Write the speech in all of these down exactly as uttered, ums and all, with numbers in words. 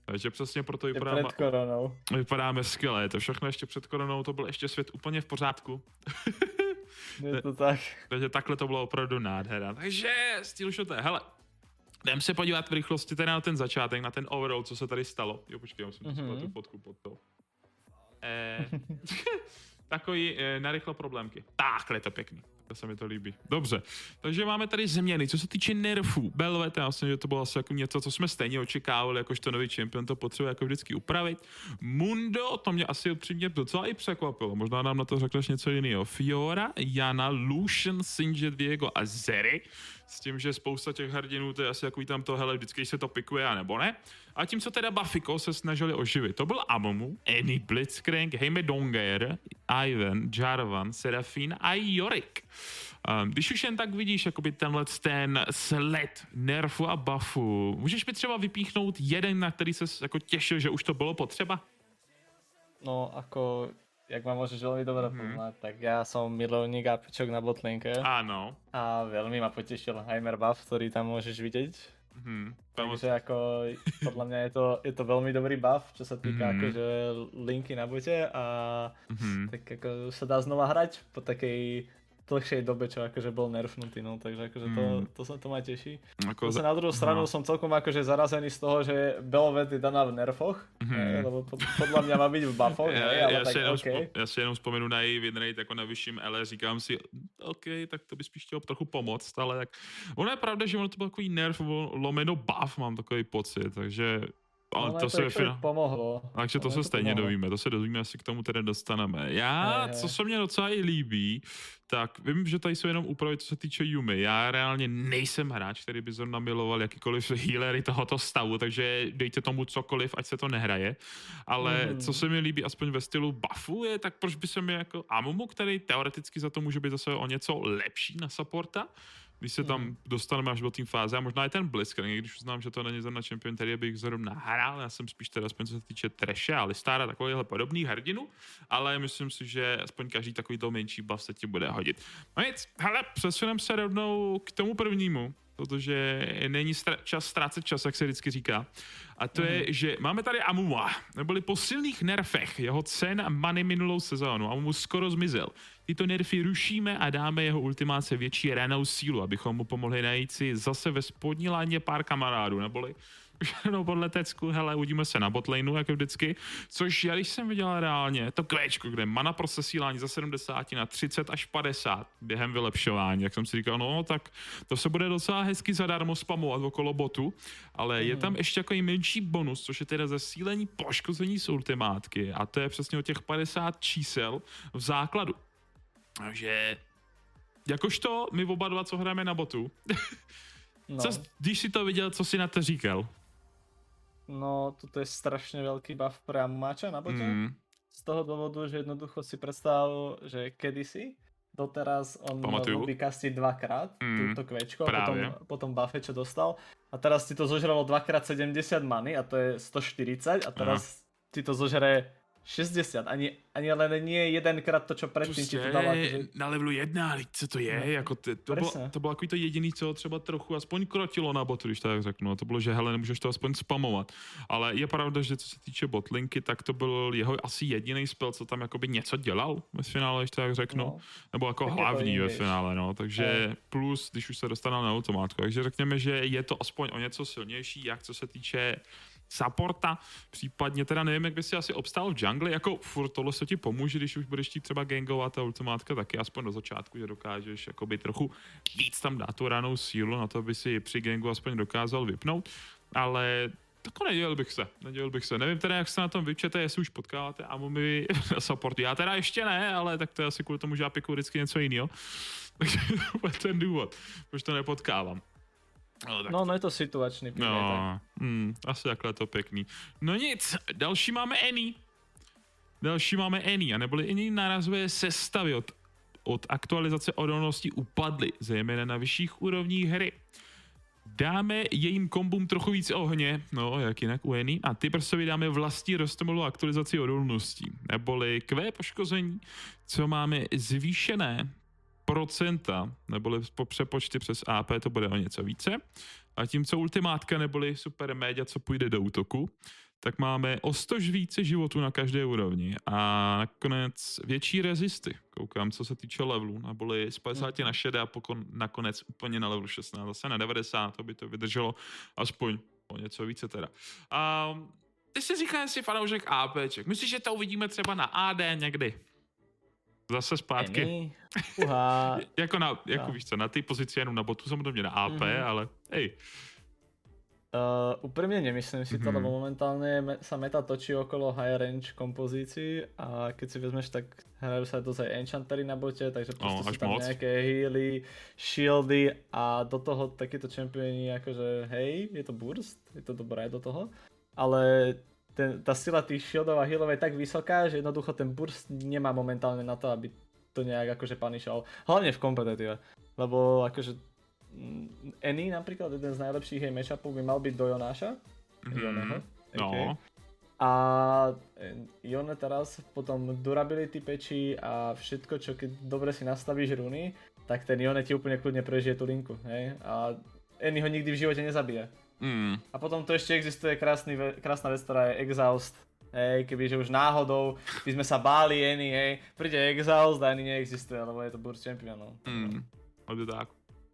Takže přesně proto vypadáme, před koronou. vypadáme skvěle. To všechno ještě před koronou, to byl ještě svět úplně v pořádku. Je to tak. Takže takhle to bylo opravdu nádhera. Takže, Steel Shooter, hele, jdem se podívat v rychlosti teda na ten začátek, na ten overall, co se tady stalo. Jo, počkej, musím mm-hmm. tu fotku pod to. Eh, takový eh, narychlo problémky. Takhle je to pěkný. To se mi to líbí. Dobře, takže máme tady změny. Co se týče nerfů, Belvet, já myslím, že to bylo asi jako něco, co jsme stejně očekávali, jakožto nový champion to potřebuje jako vždycky upravit. Mundo, to mě asi upřímně docela i překvapilo. Možná nám na to řekneš něco jiného. Fiora, Jana, Lucian, Singed, Diego a Zeri. S tím, že spousta těch hrdinů, to je asi jako tam to, hele, vždycky se to pikuje, a nebo ne. A tím, co teda Bafiko se snažili oživit. To byl Amumu, Annie, Blitzcrank, Heime Donger, Ivan, Jarvan, Serafin a Yorick. Um, když už jen tak vidíš jakoby tenhle ten sled nerfu a buffu, můžeš mi třeba vypíchnout jeden, na který ses jako těšil, že už to bylo potřeba? No, ako, jak ma môžeš veľmi dobre hmm. poznať, tak ja som milovník apičok na botlinke. Áno. A veľmi ma potešil Heimer buff, ktorý tam môžeš vidieť. Hmm. Takže ako, podľa mňa je to, je to veľmi dobrý buff, čo sa týka hmm. akože linky na bote a hmm. tak ako sa dá znova hrať po takej dlhšej dobe, čo akože bol nerfnutý, no, takže akože to, to sa to ma teší. Ako za... Na druhú stranu no. som celkom akože zarazený z toho, že Belvet je daná v nerfoch, mm-hmm. ne, lebo pod, podľa mňa má byť v buffoch, ja, ne, ale ja tak okej. Okay. Spo, ja si jenom vzpomenu na její winrate jako na vyšším L, říkám si, OK, tak to by spíš chtělo trochu pomoct, ale tak... Ono je pravda, že ono to byl takový nerf, lomeno buff, mám takový pocit, takže... Ale no, to, to se fina... pomohlo. Takže to, to se to stejně pomohlo. Dovíme, to se dozvíme, asi k tomu tedy dostaneme. Já, je, je. Co se mně docela i líbí, tak vím, že tady jsou jenom úpravy, co se týče Yumy. Já reálně nejsem hráč, který by zrovna miloval jakýkoliv healery tohoto stavu, takže dejte tomu cokoliv, ať se to nehraje. Ale mm. co se mi líbí, aspoň ve stylu buffu, je, tak proč by se mi jako Amumu, který teoreticky za to může být zase o něco lepší na supporta, když se tam dostaneme až do té fáze a možná i ten Blitzcrank, když uznám, že to není zrovna champion, který bych zrovna hrál, já jsem spíš teda aspoň co se týče Trashe a Listára, takovýhle podobný hrdinu, ale myslím si, že aspoň každý takovýto menší buff se ti bude hodit. No nic, hele, přesuneme se rovnou k tomu prvnímu, protože není stra- čas ztrácet čas, jak se vždycky říká. A to mm. je, že máme tady Amuma. Neboli po silných nerfech jeho cen a many minulou sezónu. Amumu skoro zmizel. Tyto nerfy rušíme a dáme jeho ultimáce větší ranou sílu, abychom mu pomohli najít si zase ve spodní láně pár kamarádů. Neboli no podle tecku, hele, uvidíme se na botlaneu, jako vždycky, což já když jsem viděl reálně, to kvéčko, kde mana pro sesílání za sedmdesát na třicet až padesát během vylepšování, jak jsem si říkal, no tak to se bude docela hezky zadarmo spamovat okolo botu, ale mm. je tam ještě takový menší bonus, což je teda zesílení poškození z ultimátky a to je přesně o těch padesát čísel v základu. Takže jakožto my oba dva, co hrajeme na botu, no. co, když si to viděl, co si na to říkal? No, toto je strašne veľký buff pre Amumáča na bote. Mm. Z toho dôvodu, že jednoducho si predstav, že kedysi, doteraz on mohol vykastiť dvakrát mm. túto kvečko, potom, potom buffe, čo dostal. A teraz ti to zožralo dvakrát sedemdesiat many a to je stoštyridsať a teraz Aha. ti to zožere šesťdesiat, ani, ani len nie jedenkrát to, čo predtým ti to dalo. Že... Na levelu jedna, co to je? No, jako ty, to, bylo, to bylo takový to jediný, co třeba trochu aspoň krotilo na botu, když tak řeknu. To bylo, že hele, nemůžeš to aspoň spamovat. Ale je pravda, že co se týče botlinky, tak to byl jeho asi jediný spell, co tam jakoby něco dělal ve finále, když tak řeknu. No, nebo jako tak hlavní ve finále, no. Takže no. Plus, když už se dostanul na automátku. Takže řekněme, že je to aspoň o něco silnější, jak co se týče supporta, případně teda nevím, jak by si asi obstál v jungli, jako furt tohle se ti pomůže, když už budeš chtít třeba gangovat a ultimátka taky aspoň do začátku, že dokážeš jakoby trochu víc tam dát tu ranou sílu na to, aby si při gangu aspoň dokázal vypnout, ale tako nedělil bych se, nedělil bych se, nevím teda, jak se na tom vyčete, jestli už potkáváte Amumi na supportu, já teda ještě ne, ale tak to je asi kvůli tomu, že já pikuju vždycky něco jiného, takže to je ten důvod, proč to nepotkávám. No, no, no je to situačný. No, mm, asi takhle to pěkný. No nic, další máme Annie. Další máme Annie, a neboli Annie narazové sestavy od, od aktualizace odolnosti upadly, zejména na vyšších úrovních hry. Dáme jejím kombům trochu víc ohně, no jak jinak u Annie, a ty prostě dáme vlastní roztomilou aktualizaci odolností, neboli Q poškození, co máme zvýšené procenta, neboli po přepočty přes A P to bude o něco více. A tím, co ultimátka neboli super média, co půjde do útoku, tak máme o stož více životů na každé úrovni a nakonec větší rezisty. Koukám, co se týče levelu, neboli z padesát na šedesát a pokon, nakonec úplně na levelu šestnáct, zase na devadesát, to by to vydrželo aspoň o něco více teda. A ty si říkáš, že jsi fanoušek APček. Myslíš, že to uvidíme třeba na A D někdy? Zase zpátky. Uha. jako na, jako no. víš co, na té pozici jenom na botu, samozřejmě na A P, mm-hmm. ale hej. Uh, úprimne nemyslím si to, mm-hmm. lebo momentálne me- sa meta točí okolo high range kompozícií a keď si vezmeš, tak hrajú sa dosť aj enchantery na bote, takže proste oh, sú tam moc. Nejaké healy, shieldy a do toho takíto čempioni akože hej, je to burst, je to dobré do toho, ale ten, tá sila tých shieldov a healov je tak vysoká, že jednoducho ten burst nemá momentálne na to, aby to nejak akože punishal, hlavne v kompetitíve, lebo akože Annie napríklad, jeden z najlepších jej matchupov by mal byť do Jonáša. Mm-hmm. Joneho, no. A Jone teraz potom durability peči a všetko, čo keď dobre si nastavíš runy, tak ten Jone ti úplne kľudne prežije tú linku, hej? A Annie ho nikdy v živote nezabije. Mm. A potom tu ešte existuje krásny, krásna vec, ktorá je Exhaust. Hej, kebyže už náhodou by sme sa báli Annie, hej, príde Exhaust a Annie neexistuje, lebo je to burst championov. Mm. Ale tak.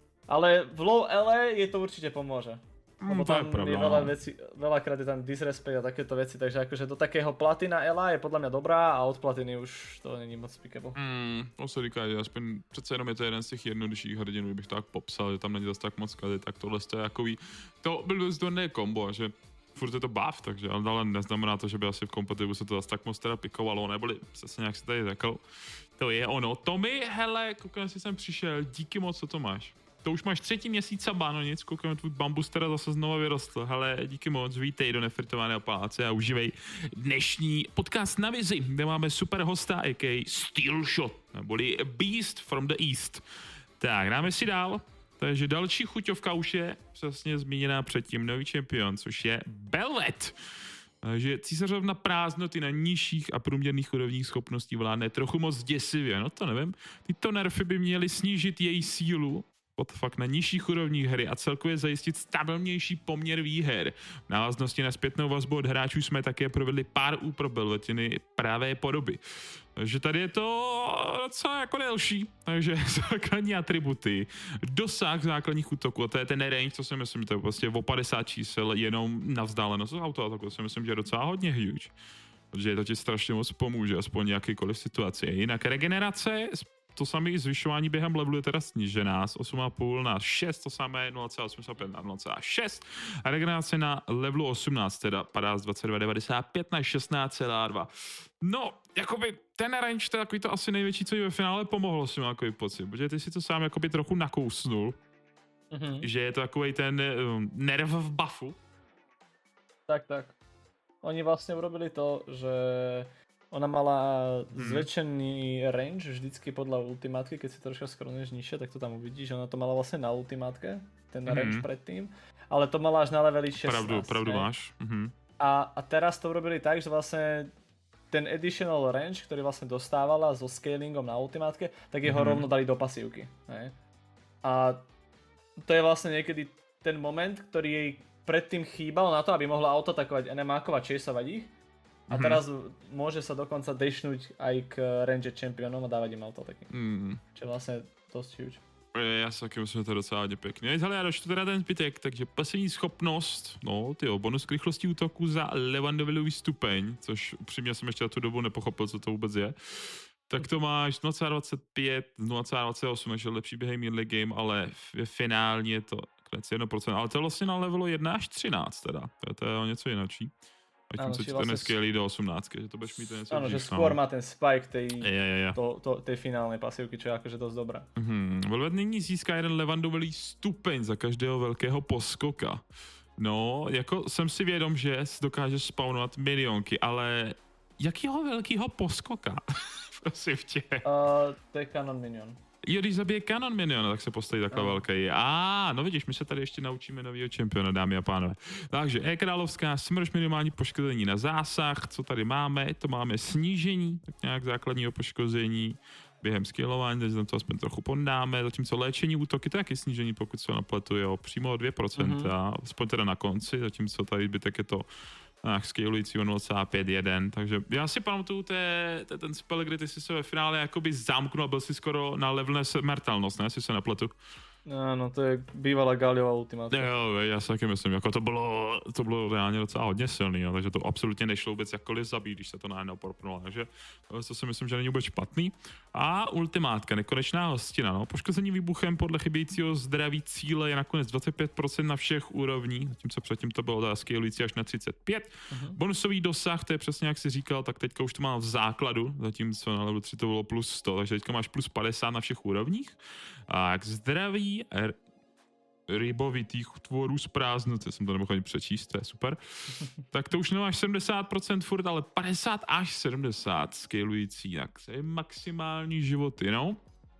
Ale v low L A je to určite pomôže. Lebo mm, tam je, je veľa veci, veľakrát je tam disrespect a takéto veci, takže akože do takého platina L A je podľa mňa dobrá a od platiny už to není moc pickable. Mm, to se říká, že aspoň přece jenom je to jeden z těch jednodušších hrdinů, bych tak popsal, že tam není zase tak moc kady, tak tohle je jakový, to byl zdorné kombo, že furt je to buff, takže ale neznamená to, že by asi v kompetivu se to zase tak moc teda pikovalo, neboli přesně nějak si tady řekl, to je ono. Tomi, hele, koukám, si jsem přišel, díky moc, co to máš. To už máš třetí měsíc a báno, nic, koukám, tvůj bambus teda zase znova vyrostl. Hele, díky moc, vítej do Nefritovaného paláce a užívej dnešní podcast na Vizi, kde máme super hosta, a k a. Steel Shot, neboli Beast from the East. Tak, dáme si dál. Takže další chuťovka už je přesně zmíněná předtím, nový čempion, což je Belvet. Takže císařovna prázdnoty na nižších a průměrných úrovních schopností vládne trochu moc děsivě, no to nevím. Tyto nerfy by měly snížit její sílu, what the fuck, na nižších úrovních hry a celkově zajistit stabilnější poměr výher. V návaznosti na zpětnou vazbu od hráčů jsme také provedli pár úprav Belvetiny pravé podoby. Takže tady je to docela jako delší, takže základní atributy, dosah základních útoků, to je ten range, to si myslím, to je vlastně o padesát čísel jenom na vzdálenost od autoataku, to si myslím, že je docela hodně huge, protože to ti strašně moc pomůže, aspoň nějakýkoliv situaci. Jinak regenerace, to samé zvyšování během levelu je teda snížená z osm celá pět na šest, to samé nula celá osmdesát pět na nula celá šest a regenerace na levelu osmnáct teda padá z dvacet dva celá devadesát pět na šestnáct celá dva. No, jakoby ten range, to je takový to asi největší, co jí ve finále pomohlo, si mám takový pocit, protože ty si to sám jakoby trochu nakousnul, mm-hmm. že je to takovej ten um, nerv v buffu. Tak, tak. Oni vlastne urobili to, že ona mala hmm. zväčšený range vždycky podľa ultimátky, keď si troška skronuješ nižšie, tak to tam uvidíš, ona to mala vlastne na ultimátke, ten hmm. range predtým, ale to mala až na leveli šestnásť. Pravdu, pravdu máš. Hmm. A, a teraz to urobili tak, že vlastne ten additional range, ktorý vlastne dostávala so scalingom na ultimátke, tak jeho hmm. rovno dali do pasívky. Ne? A to je vlastne niekedy ten moment, ktorý jej predtým chýbal na to, aby mohla autotakovať, NMákovať, chaseovať ich. A teraz mm-hmm. môže sa dokonca dashnúť aj k range championom a dávať im autotaky. Mm. Čo je vlastne dosť huge. Já si taky myslím, že to je docela hodně pěkný. Ale já doštu teda ten zbytek, takže pasivní schopnost, no tyjo, bonus k rychlosti útoku za levandovilový stupeň, což upřímně jsem ještě na tu dobu nepochopil, co to vůbec je. Tak to máš nula celá dvacet pět, nula celá dvacet osm, takže lepší během midlane game, ale v finálně je to jedna procent, ale to je vlastně na levelu jedna až třináct teda, to je, to je o něco jináčí. A tím, co ti to neskelí do osmnáctky, že to budeš mít něco. Áno, že skôr má ten spike tej, je, je, je. To, to, tej finálnej pasívky, čo je akože dosť dobrá. Mm-hmm. Velvet nyní získá jeden levandový stupeň za každého velkého poskoka. No, jako jsem si vědom, že dokáže spawnovat milionky, ale jakýho velkého poskoka? Prosím tě. Uh, to je Cannon Minion. Jo, když zabije Cannon Minion, tak se postaví takhle no. velký. A no vidíš, my se tady ještě naučíme novýho čempiona, dámy a pánové. Takže E-královská, smrš minimální poškození na zásah, co tady máme? To máme snížení, tak nějak základního poškození. během skillování, takže tam to aspoň trochu pondáme, zatímco léčení útoky, to je taky snížení, pokud se napletu, jo, přímo o dvě procenta, mm-hmm. aspoň teda na konci, zatímco tady zbytek je to ach, scalující o nula celá pět jedna, takže já si pamatuju té, té, ten spell, kdy ty jsi se ve finále jakoby zamknul a byl si skoro na levelné smrtelnost, ne, si se napletu. Áno, to je bývalá Galliová ultimátka. Jo, já si taky myslím, jako to bylo, to bylo reálně docela hodně silný, jo, takže to absolutně nešlo vůbec jakkoliv zabít, když se to najednou propnulo, takže to si myslím, že není vůbec špatný. A ultimátka, nekonečná hostina, no, poškození výbuchem podle chybějícího zdraví cíle je nakonec dvacet pět procent na všech úrovních, zatímco předtím to bylo teda scalující až na třicet pět. Uh-huh. Bonusový dosah, to je přesně jak jsi říkal, tak teďka už to mám v základu, zatímco na level tři to bylo plus sto, takže teďka máš plus padesát na všech úrovních. A jak zdraví r- rybovitých tvorů z prázdnoty, jsem to nemohl ani přečíst, to je super, tak to už nemáš sedmdesát procent furt, ale padesát až sedmdesát scalující, tak to je maximální životy, no?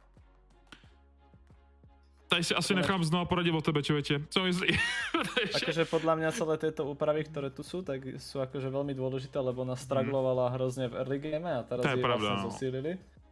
Tady si asi nechám znova poradit o tebe, člověče. Co myslíš? Akože podľa mňa celé tieto úpravy, ktoré tu sú, tak sú akože veľmi dôležité, lebo nás straglovala hrozne v early game a teraz je vlastne no. zosílili.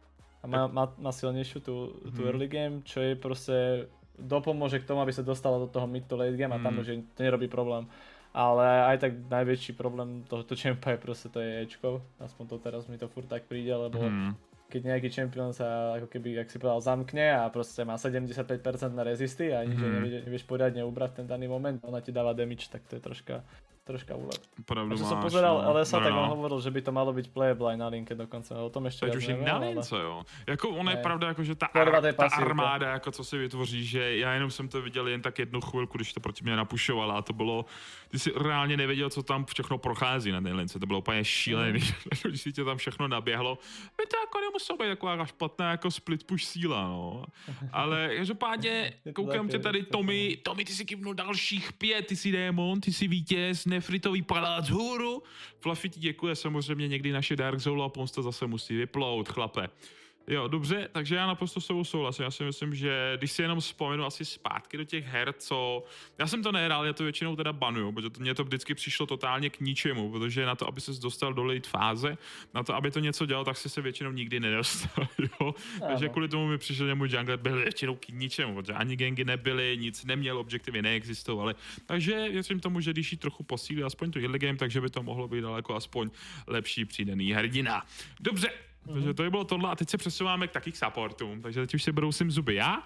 A má, má, má silnejšiu tú, tú hmm. early game, čo je proste dopomôže k tomu, aby sa dostala do toho mid to late game a tam hmm. už to nerobí problém. Ale aj tak najväčší problém tohto champa je proste to je Ečko. Aspoň to teraz mi to furt tak príde, lebo hmm. keď nejaký champion sa ako keby, jak si povedal, zamkne a proste má sedemdesiatpäť percent na rezisty a nič mm. nevieš, nevieš poriadne ubrať ten daný moment, ona ti dáva damage, tak to je troška, troška úlet. Pravdu máš. Čo som pozeral no. L S A, no, tak no. on hovoril, že by to malo byť playable aj na linke dokonca, o tom ešte Teď už neviem, na lince, ale... jo. Jako ono je pravda, jako, že ta, ar, ta armáda, jako co si vytvoří, že já jenom jsem to viděl jen tak jednu chvilku, když to proti mě napušovala a to bylo, ty si reálně nevěděl, co tam všechno prochází na té lince, to bylo úplně šílený, mm. když si tě tam všechno naběhlo, by to jako nemuselo být taková špatná jako split push síla, no. Ale každopádně, koukám tě tady, Tommy, Tommy, ty si kývnul dalších pět, ty jsi démon, ty jsi vítěz, nefritový palác hůru, Fluffy ti děkuje, samozřejmě někdy naše Dark Soul a pomsta zase musí vyplout, chlape. Jo, dobře, takže já naprosto s tebou souhlasím. Já si myslím, že když si jenom vzpomenu asi zpátky do těch her, co... Já jsem to nehrál, já to většinou teda banuju, protože to, mně to vždycky přišlo totálně k ničemu, protože na to, aby ses dostal do late fáze, na to, aby to něco dělal, tak si se většinou nikdy nedostal, jo. Takže kvůli tomu mi přišel, že můj jungler byl většinou k ničemu, protože ani gangy nebyly, nic neměl, objektivy neexistovaly. Takže věřím tomu, že když jí trochu posílí aspoň tu early game, takže by to mohlo být daleko aspoň lepší přidaný hrdina. Dobře. Mm-hmm. Takže to by bylo tohle a teď se přesouváme k takých supportům, takže teď už se brousím zuby já.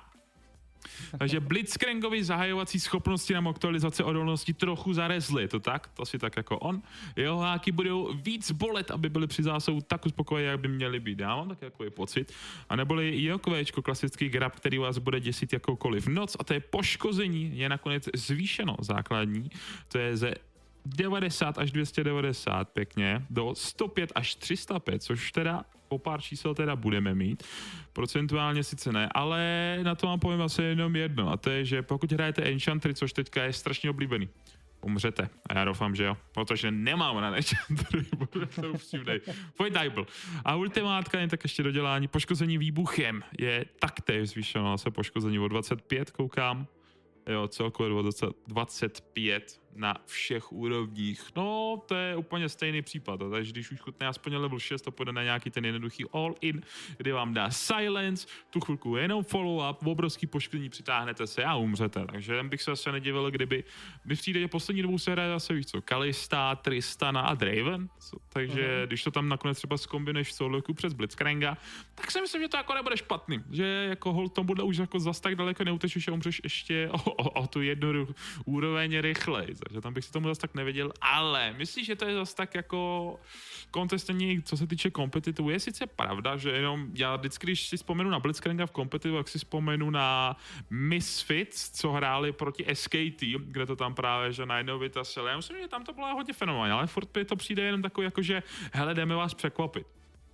Takže Blitzcrangovi zahajovací schopnosti na aktualizace odolnosti trochu zarezly, to tak? To asi tak jako on. Jeho háky budou víc bolet, aby byly při zásahu tak uspokojení, jak by měly být. Já mám takový pocit. A neboli jeho kvéčko, klasický grab, který vás bude děsit jakoukoliv noc a to je poškození, je nakonec zvýšeno základní. To je ze devadesát až dvě stě devadesát pěkně do sto pět až tři sta pět, což teda po pár čísel teda budeme mít. Procentuálně sice ne, ale na to vám povím asi jenom jedno a to je, že pokud hrajete Enchantry, což teďka je strašně oblíbený, umřete. A já doufám, že jo, protože nemám na Enchantry, budu to upřímnej. Pojď Dajbl. A ultimátka jen tak ještě dodělání. Poškození výbuchem je taktéž zvýšeno,ase poškození o dvacet pět, koukám. Jo, celkově dvacet pět na všech úrovních. No, to je úplně stejný případ. Takže když už chutne aspoň level šest, to půjde na nějaký ten jednoduchý all-in, kdy vám dá silence, tu chvilku jenom follow-up, obrovský poškození, přitáhnete se a umřete. Takže bych se asi nedivil, kdyby by přijde, že poslední dobou se hraje zase víš co, Kalista, Tristana a Draven. Takže uh-huh. když to tam nakonec třeba zkombinuješ v soloku přes Blitzcranga, tak si myslím, že to jako nebude špatný. Že jako hold tom bude už jako zas tak daleko neutečeš a umřeš ještě o, o, o tu jednu úroveň rychleji. Takže tam bych si tomu zase tak nevěděl, ale myslíš, že to je zase tak jako kontestení, co se týče kompetitivu. Je sice pravda, že jenom já vždycky, když si vzpomenu na Blitzcranga v kompetitivu, jak si vzpomenu na Misfits, co hráli proti S K T, kde to tam právě, že najednou vytasili. Já myslím, že tam to bylo hodně fenomenální, ale furt to přijde jenom takový jako, že hele, jdeme vás překvapit.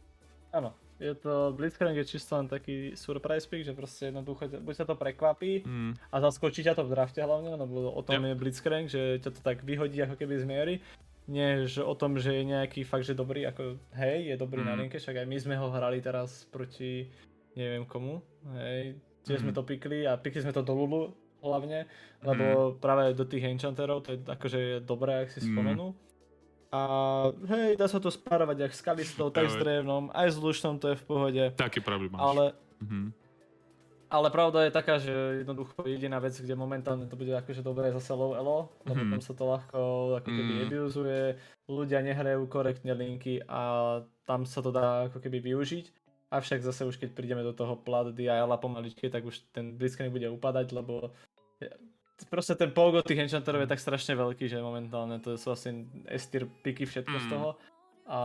Ano. Je to, Blitzcrank je čisto len taký surprise pick, že proste jednoducho buď sa to prekvapí mm. a zaskočí ťa to v drafte hlavne, lebo o tom yep. je Blitzcrank, že ťa to tak vyhodí ako keby z miery. Nie že o tom, že je nejaký fakt, že dobrý, ako hej, je dobrý mm. na linke, však aj my sme ho hrali teraz proti neviem komu, hej, tiež mm. sme to pikli a pikli sme to do Lulu hlavne, lebo mm. práve do tých enchanterov to je akože dobré, ak si spomenul. a hej, dá sa to spárovať jak s Kalistou, tak s Drevnom, aj s Lušnom, to je v pohode. Taký pravdu máš. Ale, mm-hmm. ale pravda je taká, že jednoducho jediná vec, kde momentálne to bude akože dobré zase low elo, lebo mm-hmm. tam sa to ľahko ako keby mm. abuzuje, ľudia nehrajú korektne linky a tam sa to dá ako keby využiť. Avšak zase už keď prídeme do toho plat D I L a pomaličky, tak už ten blitzcrank bude upadať, lebo proste ten pogo tých enchanterov je tak strašne veľký, že momentálne to sú asi S-tier piky všetko mm. z toho. A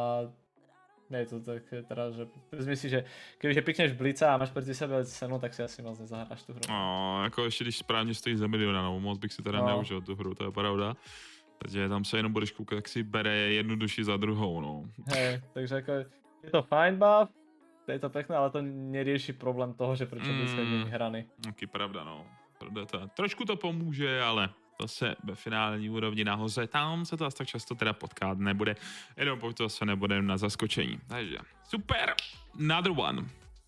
nie je to tak teraz, že myslím si, že kebyže pikneš blica a máš proti sebe cenu, tak si asi moc nezahráš tú hru. No, jako ještě když správně stojí za miliona, no, moc bych si teda no. neužil tu hru, to je pravda. Takže tam se jenom budeš koukat, jak si bere jednu duši za druhou, no. Hej, takže jako je to fajn buff, je to pekné, ale to nerieši problém toho, že prečo by mm. není hraný. Taky pravda, no. To, trošku to pomůže, ale zase ve finální úrovni nahoře, tam se to asi tak často teda potkat nebude, jenom pokud to zase nebude na zaskočení. Takže super, another one.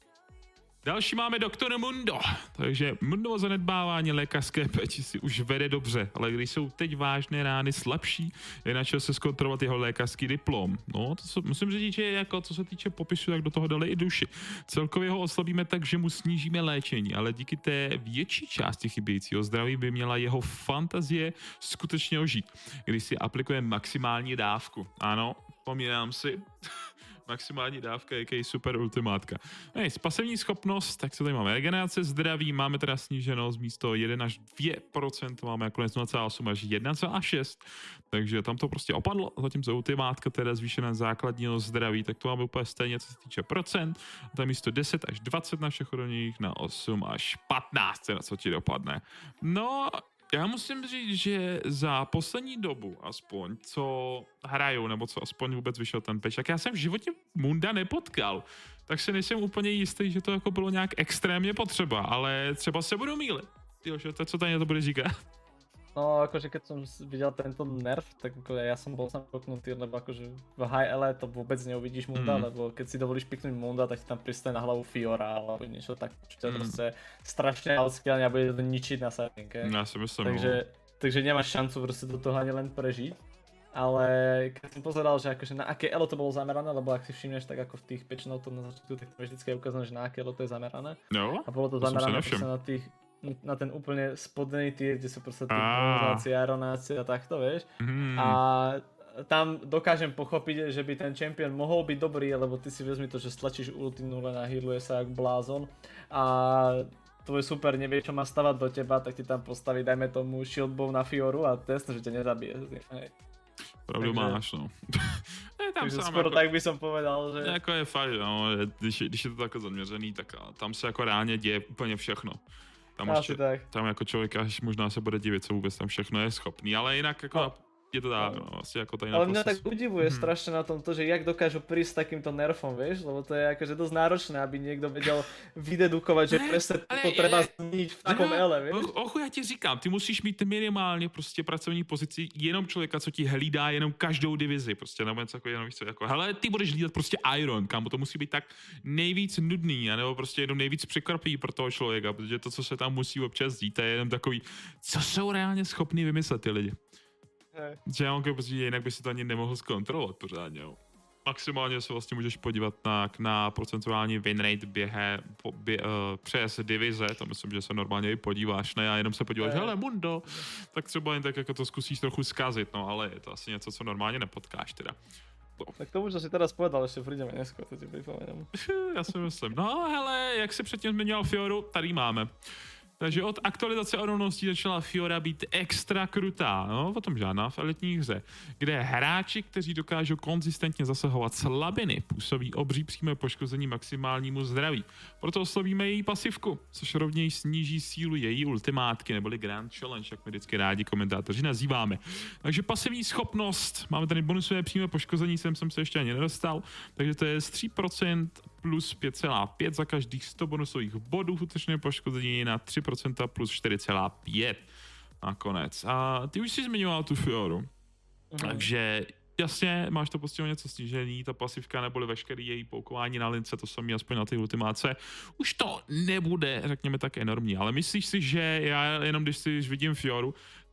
Další máme doktora Mundo, takže Mundovo zanedbávání lékařské péči si už vede dobře, ale když jsou teď vážné rány slabší, je na čas se zkontrolovat jeho lékařský diplom. No, to se, musím říct, že jako co se týče popisu, tak do toho dali i duši. Celkově ho oslabíme tak, že mu snížíme léčení, ale díky té větší části chybějícího zdraví by měla jeho fantazie skutečně ožít, když si aplikuje maximální dávku. Ano, pomínám si. Maximální dávka, jaký super ultimátka. Hej, pasivní schopnost, tak co tady máme? Regenerace zdraví, máme teda sníženo z místo jedna až dvě procenta, máme nakonec nula celá osm až jedna celá šest, takže tam to prostě opadlo, zatímco ultimátka teda zvýšená základního zdraví, tak to máme úplně stejně, co se týče procent, a tam místo deset až dvacet na všech úrovních, na osm až patnáct, na co ti dopadne. No, já musím říct, že za poslední dobu aspoň, co hrajou, nebo co aspoň vůbec vyšel ten patch, tak já jsem v životě Munda nepotkal. Tak si nejsem úplně jistý, že to jako bylo nějak extrémně potřeba, ale třeba se budu mýlit. Jo, že to, co tady to bude říkat? No, akože keď som videl tento nerf, tak ako ja som bol sám poknutý, lebo akože v high ele to vôbec neuvidíš Munda, mm. lebo keď si dovolíš piknúť Munda, tak ti tam pristane na hlavu Fiora alebo niečo tak, čo ťa mm. proste strašne outskillne a bude to ničiť na sidelinke. Ja si myslím, takže, takže nemáš šancu proste do toho ani len prežiť. Ale keď som pozeral, že akože na aké elo to bolo zamerané, lebo ak si všimneš, tak ako v tých patch note na začiatku, tak vždycky je ukázané, že na aké elo to je zamerané. No, a bolo to, to zamerané na tých na ten úplne spodný tier, kde sú proste tie promozácie, aeronácie a takto, vieš. Mm. A tam dokážem pochopiť, že by ten champion mohol byť dobrý, lebo ty si vezmi to, že stlačíš ulti nule, nahýluje sa jak blázon a tvoj super nevie, čo má stavať do teba, tak ti tam postaví, dajme tomu, shieldbow na Fioru a to je jasné, že ťa nezabije. Pravdu takže, máš, no. Je tam takže skoro jako, tak by som povedal, že... Jako je fakt, no, když, když je to takhle zaměřený, tak tam se jako reálně děje úplně všechno. Tam, ještě, tam jako člověk až možná se bude divit, co vůbec tam všechno je schopný, ale jinak jako no. je to tak, no, asi jako tady ale mňa tak udivuje hmm. strašne na tom to, že jak dokážu prísť s takýmto nerfom, vieš, lebo to je akože dosť náročné, aby niekto vedel vydedukovať, že presne to treba zmeniť v takom ele, vieš. Ochu, já ti říkám, ty musíš mít minimálně prostě pracovní pozici jenom člověka, co ti hlídá jenom každou divizi, prostě nebo něco jako jenom víš co, jako, hele, ty budeš hlídat prostě Iron, kámo, to musí být tak nejvíc nudný, anebo prostě jenom nejvíc překvapivý pro toho člověka, protože to, co se tam musí občas dít, je jenom takový, co jsou reálně schopní vymyslet ty lidi. Že on prostě jinak by si to ani nemohl zkontrolovat pořádně, jo. Maximálně se vlastně můžeš podívat na, na procentuální win rate běhe, po, bě, uh, přes divize, to myslím, že se normálně i podíváš, ne, a jenom se podíváš, hele Mundo, tak třeba jen tak jako to zkusíš trochu zkazit, no, ale je to asi něco, co normálně nepotkáš teda. No. Tak to už si teraz povedal, ještě přijdeme dneska, to ti připomenám. Já si myslím, no hele, jak si předtím zmiňoval Fioru, tady máme. Takže od aktualizace odolností začala Fiora být extra krutá, no, o tom žádná v elitní hře, kde hráči, kteří dokážou konzistentně zasahovat slabiny, působí obří přímé poškození maximálnímu zdraví. Proto oslovíme její pasivku, což rovněž sníží sílu její ultimátky, neboli Grand Challenge, jak my vždycky rádi komentátoři nazýváme. Takže pasivní schopnost, máme tady bonusové přímé poškození, sem jsem se ještě ani nedostal, takže to je z tři procenta plus pět celá pět za každých sto bonusových bodů útočné poškození na tři procenta plus čtyři celá pět nakonec. A ty už jsi zmiňoval tu Fioru, mm. takže jasně, máš to prostě o něco snížený, ta pasivka neboli veškerý její poukování na lince, to samý aspoň na ty ultimáce, už to nebude, řekněme tak, enormní, ale myslíš si, že já jenom když si vidím Fioru,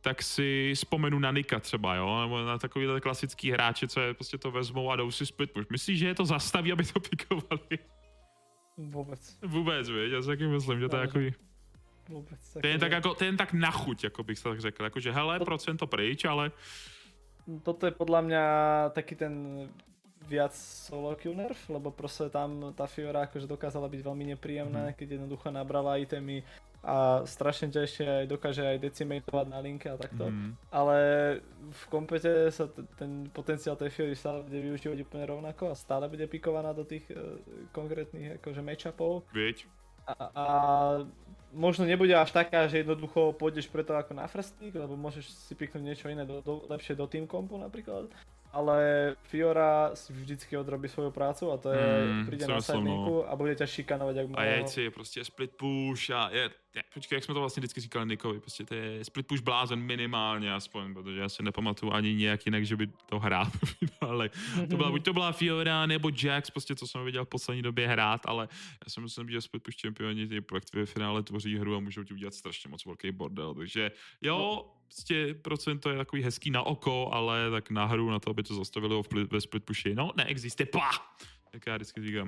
tak si vzpomenu na Nika třeba, jo, nebo na takovýhle klasický hráče, co je, prostě to vezmou a jdou si split push. Myslíš, že je to zastaví, aby to pikovali? Vůbec. Vůbec, víš, já si taky myslím, že to je takový... Vůbec. To je, tak jako, to je jen tak na chuť, jako bych se tak řekl, jakože hele, to... procento pryč, ale... Toto je podľa mňa taký ten viac solo kill nerf, lebo proste tam tá Fiora akože dokázala byť veľmi nepríjemná, mm. keď jednoducho nabrala itemy a strašne ťa ešte aj dokáže aj decimatovať na linke a takto. Mm. Ale v kompete sa t- ten potenciál tej Fiory stále bude využívať úplne rovnako a stále bude pikovaná do tých uh, konkrétnych akože matchupov. Vieď. A, a možno nebude až taká, že jednoducho pôjdeš preto ako na first pick, lebo môžeš si piknúť niečo iné do, do, lepšie do team compu napríklad. Ale Fiora si vždycky odrobí svoju prácu a to je, mm, príde na sidelinku a bude ťa šikanovať, jak má. A je si prostě split push a je, je, počkej, jak jsme to vlastně vždycky říkali Nikovi, prostě to je split push blázen minimálně aspoň, protože já si nepamatuju ani nějak jinak, že by to hrál, ale to byla, buď to byla Fiora nebo Jax, prostě co jsem viděl v poslední době hrát, ale já si myslím, že split push čempioni ty projekty ve finále tvoří hru a můžou ti udělat strašně moc velký bordel, takže jo, prostě procento je takový hezký na oko, ale tak na hru, na to, aby to zastavilo ve split pushi, no, neexistuje, pa! Jak já vždycky říkám.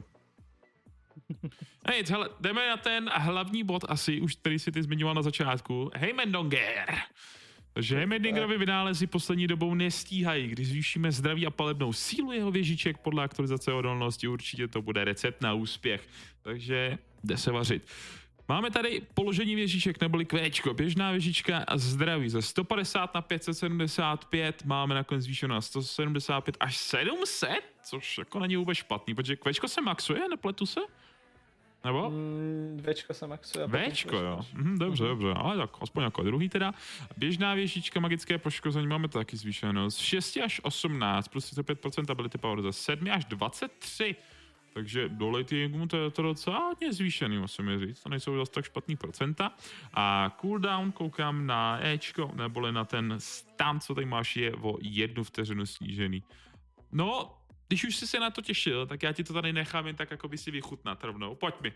Hej, hele, jdeme na ten hlavní bod asi, už který si ty zmiňoval na začátku. Heimerdinger. Takže Heimerdingerovi vynálezy poslední dobou nestíhají. Když zvýšíme zdraví a palebnou sílu jeho věžiček podle aktualizace odolnosti, určitě to bude recept na úspěch. Takže jde se vařit. Máme tady položení věžiček neboli kvéčko, běžná věžička a zdraví ze sto padesát na pět set sedmdesát pět, máme nakonec zvýšeno na sto sedmdesát pět až sedm set, což jako není vůbec špatný, protože kvéčko se maxuje, nepletu se? Nebo? Mm, Včko se maxuje. Včko, jo. Mhm, dobře, mm-hmm. dobře, ale tak aspoň jako druhý teda. Běžná věžička, magické poškození, máme to taky zvýšeno z šest až osmnáct, plus třicet pět procent ability power ze sedm až dvacet tři. Takže do latingu to je to docela hodně zvýšený, musím říct, to nejsou zase tak špatný procenta. A cooldown koukám na Ečko, neboli na ten stun, co tady máš, je o jednu vteřinu snížený. No, když už jsi se na to těšil, tak já ti to tady nechám jen tak jako by si vychutnat rovnou. Pojď mi.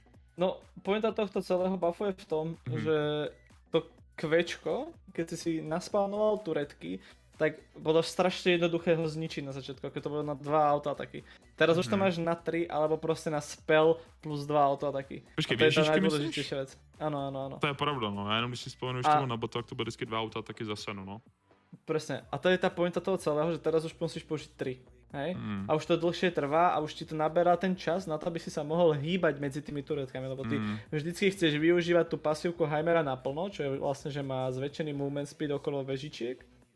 No, pointa tohto celého buffu je v tom, mm-hmm. že to kvéčko, keď si si naspánoval turetky, tak bolo strašne jednoduché ho zničiť na začiatku, ako to bolo na dva autoataky. Teraz mm-hmm. už to máš na tri, alebo proste na spell plus dva autoataky. Počkej, věžičky myslíš? Vec. Áno, áno, áno. To je pravda, no. Ja jenom když si spomenu ešte na botok, to bude vždycky dva autoataky za senu, no. Presne. A to je tá pointa toho celého, že teraz už musíš použiť tri. Hej? Mm. A už to dlhšie trvá a už ti to naberá ten čas na to, aby si sa mohol hýbať medzi tými turetkami, lebo ty mm. vždycky chceš využívať tú pasívku Heimera naplno, čo je vlastne, že má zväčšený movement speed okolo vežičiek.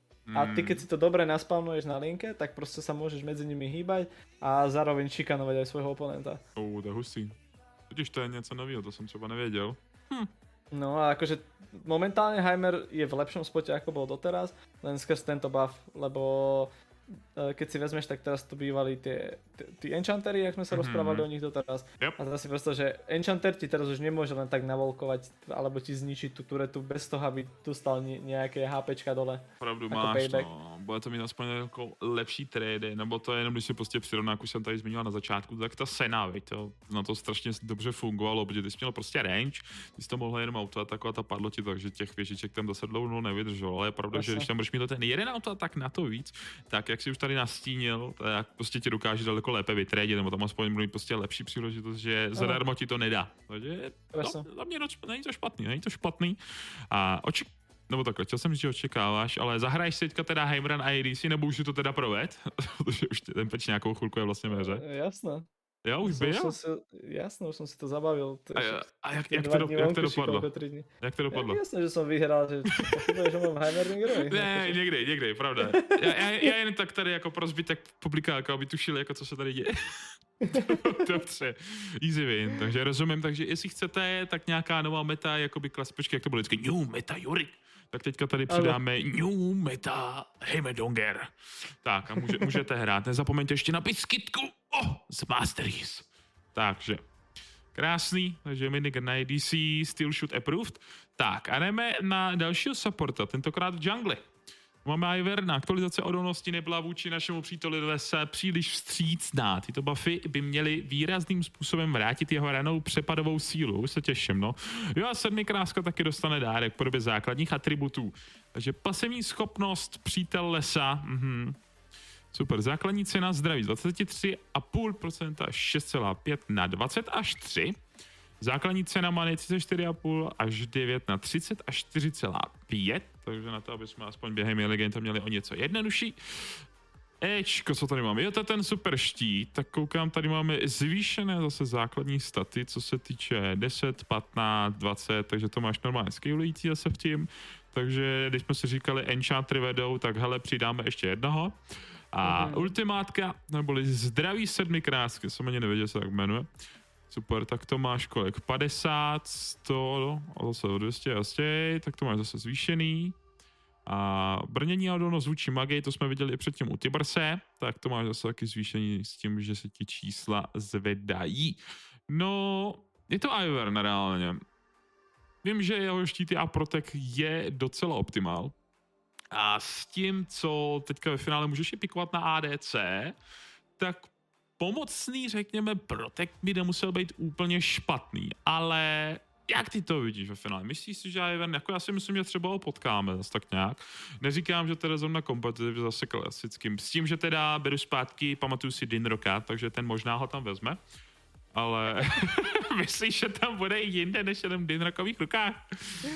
A ty keď si to dobre naspavnuješ na linke, tak proste sa môžeš medzi nimi hýbať a zároveň šikanovať aj svojho oponenta. Oh, to je hustý. Totiž to je něco nového, to som třeba nevěděl. Hm. No a akože momentálne Heimer je v lepšom spote ako bol doteraz, len skrz tento buff, lebo keď si vezmeš, tak teraz tu bývali tie, tí enchantery, jak sme sa mm-hmm. rozprávali o nich doteraz. Yep. A teraz si predstav, že enchanter ti teraz už nemôže len tak navolkovať alebo ti zničiť tú turetu bez toho, aby tu stal nejaké HPčka dole. Pravdu máš, payback. No. Bude to mít aspoň jako lepší trade, nebo to je jenom, když si prostě přirovná, jak už jsem tady zmiňoval na začátku, tak ta sena, veď to na to strašně dobře fungovalo, protože ty jsi měl prostě range, ty jsi to mohl jenom autoatakovat a padlo ti, takže těch věžiček tam zase dlouho nevydrželo, ale je pravda, že když tam budeš mít ten jeden autoatak na to víc, tak jak si už tady nastínil, tak prostě ti dokáže daleko lépe vytrédit, nebo tam aspoň mít prostě lepší příležitost, že zadarmo ti to nedá. Takže to, za mě není to špatný, není to špatný. A oček... Nebo takhle, chtěl jsem říct, že očekáváš, ale zahraješ si teďka teda Heimeran a A D C, nebo už si to teda proved? Protože už ten peč nějakou chvilku je vlastně ve hře. Jasné. Jo, už byl? Jasné, už som si to zabavil. A, a jak, jak, to, jak to dopadlo? Jak to dopadlo? Ja, jasné, že som vyhral, že pochybuješ, že mám Heimerdingerovi. Ne, někdy, někdy, pravda. Já, já, já jen tak tady jako pro zbytek publika, jako aby tušili, jako co se tady děje. Dobře, easy win, takže rozumím, takže jestli chcete, tak nějaká nová meta, jakoby klas, počkej, jak to bylo vždycky, new meta Yorick. Tak teďka tady přidáme new meta Heimerdinger. Tak a může, můžete hrát, nezapomeňte ještě na biskitku oh, z Masteries. Takže, krásný, takže Heimerdinger na A D C, Steel Shoot approved. Tak a jdeme na dalšího supporta, tentokrát v jungli. Máme Iverna. Aktualizace odolnosti nebyla vůči našemu příteli Lesa příliš vstřícná. Tyto buffy by měly výrazným způsobem vrátit jeho ranou přepadovou sílu. Už se těším, no. Jo a sedmi kráska taky dostane dárek v podobě základních atributů. Takže pasivní schopnost přítel Lesa. Mhm. Super. Základní cena zdraví z dvacet tři celá pět procenta až šest celá pět na dvacet až tři. Základní cena many třicet čtyři celá pět až devět na třicet až čtyři celá pět, takže na to, aby jsme aspoň během legend to měli o něco jednodušší. Ečko, co tady máme? Jo, to je ten super štít, tak koukám, tady máme zvýšené zase základní staty, co se týče deset, patnáct, dvacet, takže to máš normálně scalující zase v tím, takže když jsme si říkali enchantry vedou, tak hele, přidáme ještě jednoho. A mm. ultimátka, neboli zdraví sedmi krásky, jsem ani nevěděl, co tak jmenuje. Super, tak to máš kolik? padesát, sto, a zase o dvě stě, jasně, tak to máš zase zvýšený. A brnění a odolnost vůči magii, to jsme viděli i předtím u Tiberse, tak to máš zase taky zvýšený s tím, že se ti čísla zvedají. No, je to Ivern reálně. Vím, že jeho štíty a protek je docela optimál. A s tím, co teďka ve finále můžeš i pikovat na A D C, tak pomocný, řekněme, protect by nemusel být úplně špatný, ale jak ty to vidíš ve finále? Myslíš si, že Ivern, jako já si myslím, že třeba ho potkáme zase tak nějak. Neříkám, že teda zrovna kompetitiv zase klasickým. S tím, že teda beru zpátky, pamatuju si Dinroka, takže ten možná ho tam vezme. Ale myslíš, že tam bude i jinde, než jenom v Dinrokových rukách?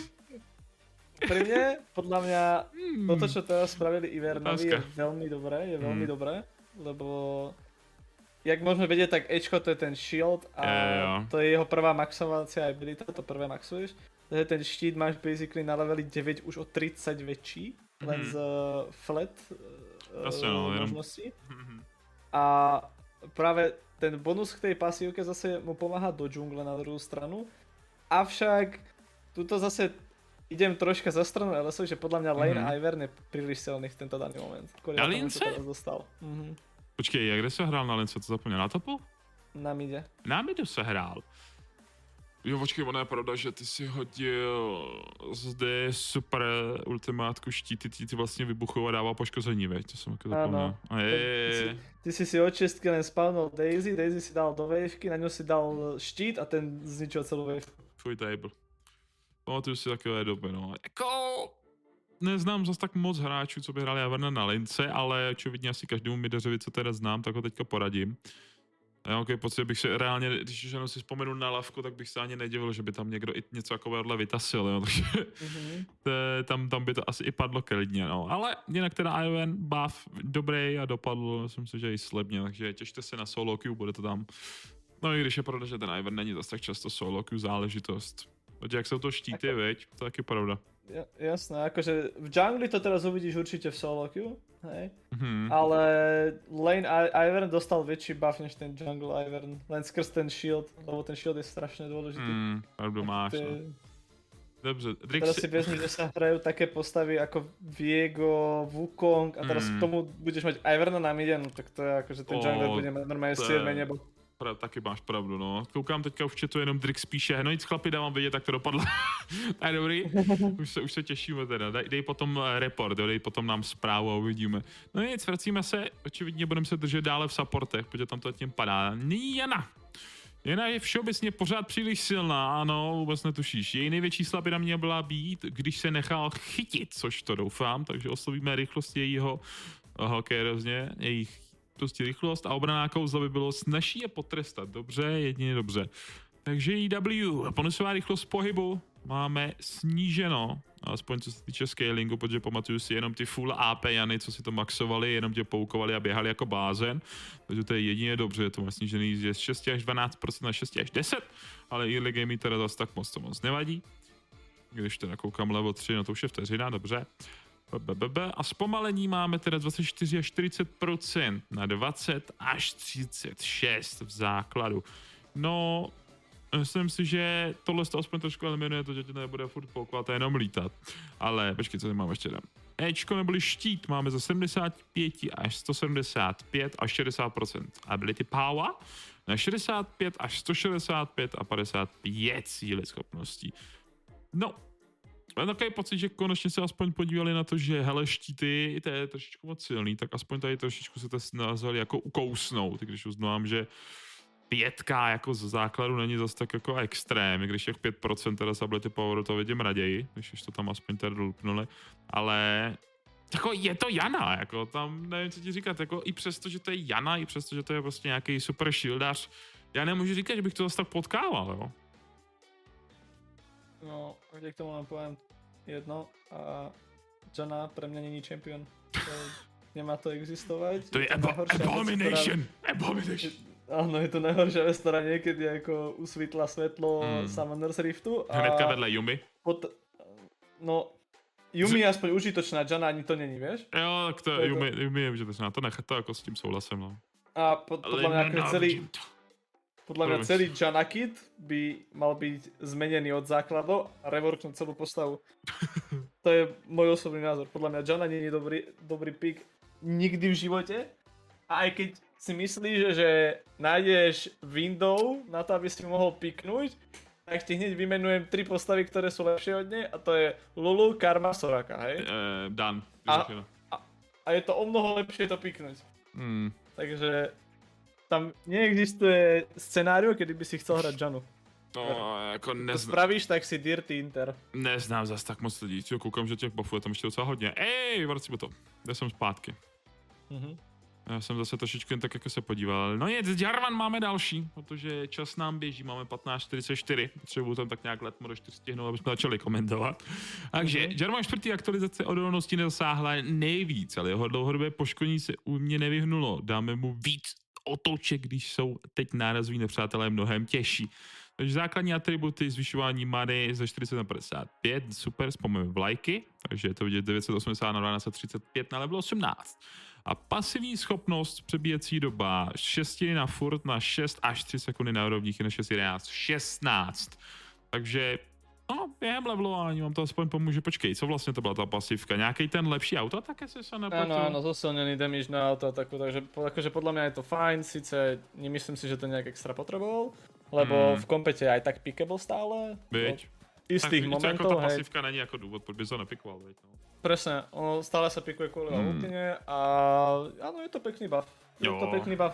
Pre mňa, podľa mňa, hmm. toto, čo teraz spravili Ivernovi, je veľmi dobré, je veľmi hmm. dobré, lebo jak môžeme vedieť, tak Ečko to je ten shield a yeah. to je jeho prvá maxovacia abilita, to prvé maxuješ. Takže ten štít máš basically na leveli deväť už o tridsať väčší, len hmm. z uh, flat uh, no, možností. Hmm. A práve ten bonus k tej pasívke zase mu pomáha do džungle na druhú stranu, avšak tuto zase idem troška za stranu el es ó, že podľa mňa Lane mm-hmm. Ivern je príliš silný v tento daný moment. Na lince? Mm-hmm. Počkej, jak kde se hrál na lince, to zapomněl? Na topu? Na midě. Na midu se hrál. Jo, počkej, ono je pravda, že ty si hodil zde super ultimátku štíty, ty, ty vlastně vybuchují a dává poškození, veď? To jsem jako zapomněl. Ano. Ty, si, ty si si od čistky len spawnul Daisy, Daisy si dal do wavky, na ňu si dal štít a ten zničil celou wavku. Fuj table. Pamatuju si takové doby, no. Jako... Neznám zase tak moc hráčů, co by hráli Iverna na lince, ale očividně asi každému midařovi, co teda znám, tak ho teďka poradím. A já mám okay, pocit, bych se reálně, když už jenom si vzpomenu na lavku, tak bych se ani nedivil, že by tam někdo i něco takovéhle vytasil, jo, takže mm-hmm. te, tam, tam by to asi i padlo klidně, no. Ale jinak teda Ivern, buff, dobrý a dopadl, myslím si, že i slibně, takže těšte se na solo queue, bude to tam. No i když je pravda, že ten Ivern není zase tak často solo queue záležitost. Takže jak jsou to štíty, ako... veď, to je taky pravda. Ja, jasné, akože v jungli to teraz uvidíš určite v solo queue, hej? Mm-hmm. Ale Lane I- Ivern dostal väčší buff než ten jungle Ivern, len skrz ten shield, lebo ten shield je strašne dôležitý. Mm, pravdu máš, no. Dobře, Drix... Teraz si vezmi, že sa hrajú také postavy ako Viego, Wukong a teraz mm. k tomu budeš mať Iverna na mide, no tak to je akože ten oh, jungler bude mať normálne siedme nebo... Pra, taky máš pravdu, no. Koukám teďka už chatu jenom Drix píše, no nic chlapi, dávám vědět, tak to dopadlo. Tak dobrý, už se, už se těšíme teda, dej, dej potom report, dej potom nám zprávu a uvidíme. No nic, vracíme se, očividně budeme se držet dále v supportech, protože tam to tím padá. Jana. Jana je všeobecně pořád příliš silná, ano, vůbec netušíš. Její největší slabina mě byla být, když se nechal chytit, což to doufám, takže oslovíme rychlost jejího hokejrozně, jejich prostě rychlost a obraná kouzla by bylo snažší je potrestat. Dobře, jedině dobře. Takže E W, bonusová rychlost pohybu máme sníženo, alespoň co se týče scalingu, protože pamatuju si jenom ty full A P Jany, co si to maxovali, jenom tě poukovali a běhali jako blázen, takže to je jedině dobře, to má snížený z šest až dvanáct procent na šest až deset, ale early gamey teda zase tak moc to moc nevadí. Když teda koukám level tři, no to už je vteřina, dobře. A zpomalení máme teda dvacet čtyři až čtyřicet procent na dvacet až třicet šest v základu. No, myslím si, že tohle to aspoň trošku eliminuje to, že tě nebude furt poukovat a jenom lítat. Ale počkej, co tady máme ještě tam. Ečko neboli štít máme za sedmdesát pět až sto sedmdesát pět až šedesát procent. Ability power na šedesát pět až sto šedesát pět a padesát pět síly schopností. No, Mám takový pocit, že konečně se aspoň podívali na to, že hele, štíty, to je trošičku moc silný, tak aspoň tady trošičku se to nazvali jako ukousnout, když uznám, že pětka jako z základu není zase tak jako extrém, když těch pět procent teda z ability poweru to vidím raději, když to tam aspoň tady lupnuli, ale jako je to Jana, jako tam nevím, co ti říkat, jako i přesto, že to je Jana, i přesto, že to je prostě nějaký super shieldař, já nemůžu říkat, že bych to zase tak potkával, jo. No, kde k tomu vám poviem jedno a Jana pre mňa není champion. To, nemá to existovať. To je, je to abo abomination, ktorá... abomination. Áno, je to najhoršia vec, ktorá niekedy ako usvítla svetlo mm. Summoner's Riftu. A hnedka vedle Yumi. Pot... No, Yumi je aspoň užitočná, Jana ani to není, vieš? Jo, tak to, to Yumi, to... Yumi je užitočná, to nechá to jako s tím souhlasem, no. A pod, podľa mňa ako celý... Podľa mňa celý Janna kit by mal byť zmenený od základov a reworknúť celú postavu. To je môj osobný názor. Podľa mňa Janna nie je dobrý, dobrý pick nikdy v živote. A aj keď si myslíš, že nájdeš window na to, aby si mohol piknúť, tak ti hneď vymenujem tri postavy, ktoré sú lepšie od nej. A to je Lulu, Karma, Soraka, hej? Uh, Dan. A, a, a je to o mnoho lepšie to piknúť. Mm. Takže... Tam neexistuje scenáriu, kedy by si chcel hrať Jannu. No, jako neznám. To spravíš, tak si Dirty Inter. Neznám zase tak moc lidí. Jo, koukám, že těch buffů je tam ještě docela hodně. Ej, vracíme to. Já jsem zpátky. Mm-hmm. Já jsem zase trošičku jen tak jako se podíval. No je, z Jarvan máme další, protože čas nám běží, máme patnáct čtyřicet čtyři. Potřebuji tam tak nějak letmo do čtyři stihnout, aby jsme začali komentovat. Takže mm-hmm. Jarvan čtvrtý aktualizace odolnosti nedosáhla nejvíc, ale jeho dlouhodobé poškození se u mě nevyhnulo. Dáme mu víc otoček, když jsou teď nárazoví nepřátelé mnohem těžší. Takže základní atributy zvyšování many ze čtyřicet na padesát pět, super, vzpomeneme vlajky, takže je to vidět devět set osmdesát na dvanáct set třicet pět na level osmnáct. A pasivní schopnost přebíjecí doba šestiny na furt na šest až tři sekundy na úrovních na šest jedenáct šestnáct. Takže no, během levelování vám to aspoň pomůže. Počkej, co vlastně to byla ta pasivka? Nějaký ten lepší auto, tak jestli se nepletu? Áno, áno, zosilnený damage na auto, takú, takže akože podľa mňa je to fajn, síce nemyslím si, že to nejak extra potreboval, lebo hmm. v kompete aj tak pickable stále. Byť. Istých tak, momentov, jako ta pasivka není jako důvod, proč by to nepikoval, veď, no. Presne, ono stále sa pikuje kvôli hmm. ultine a áno, je to pekný buff. Je jo. to pekný buff.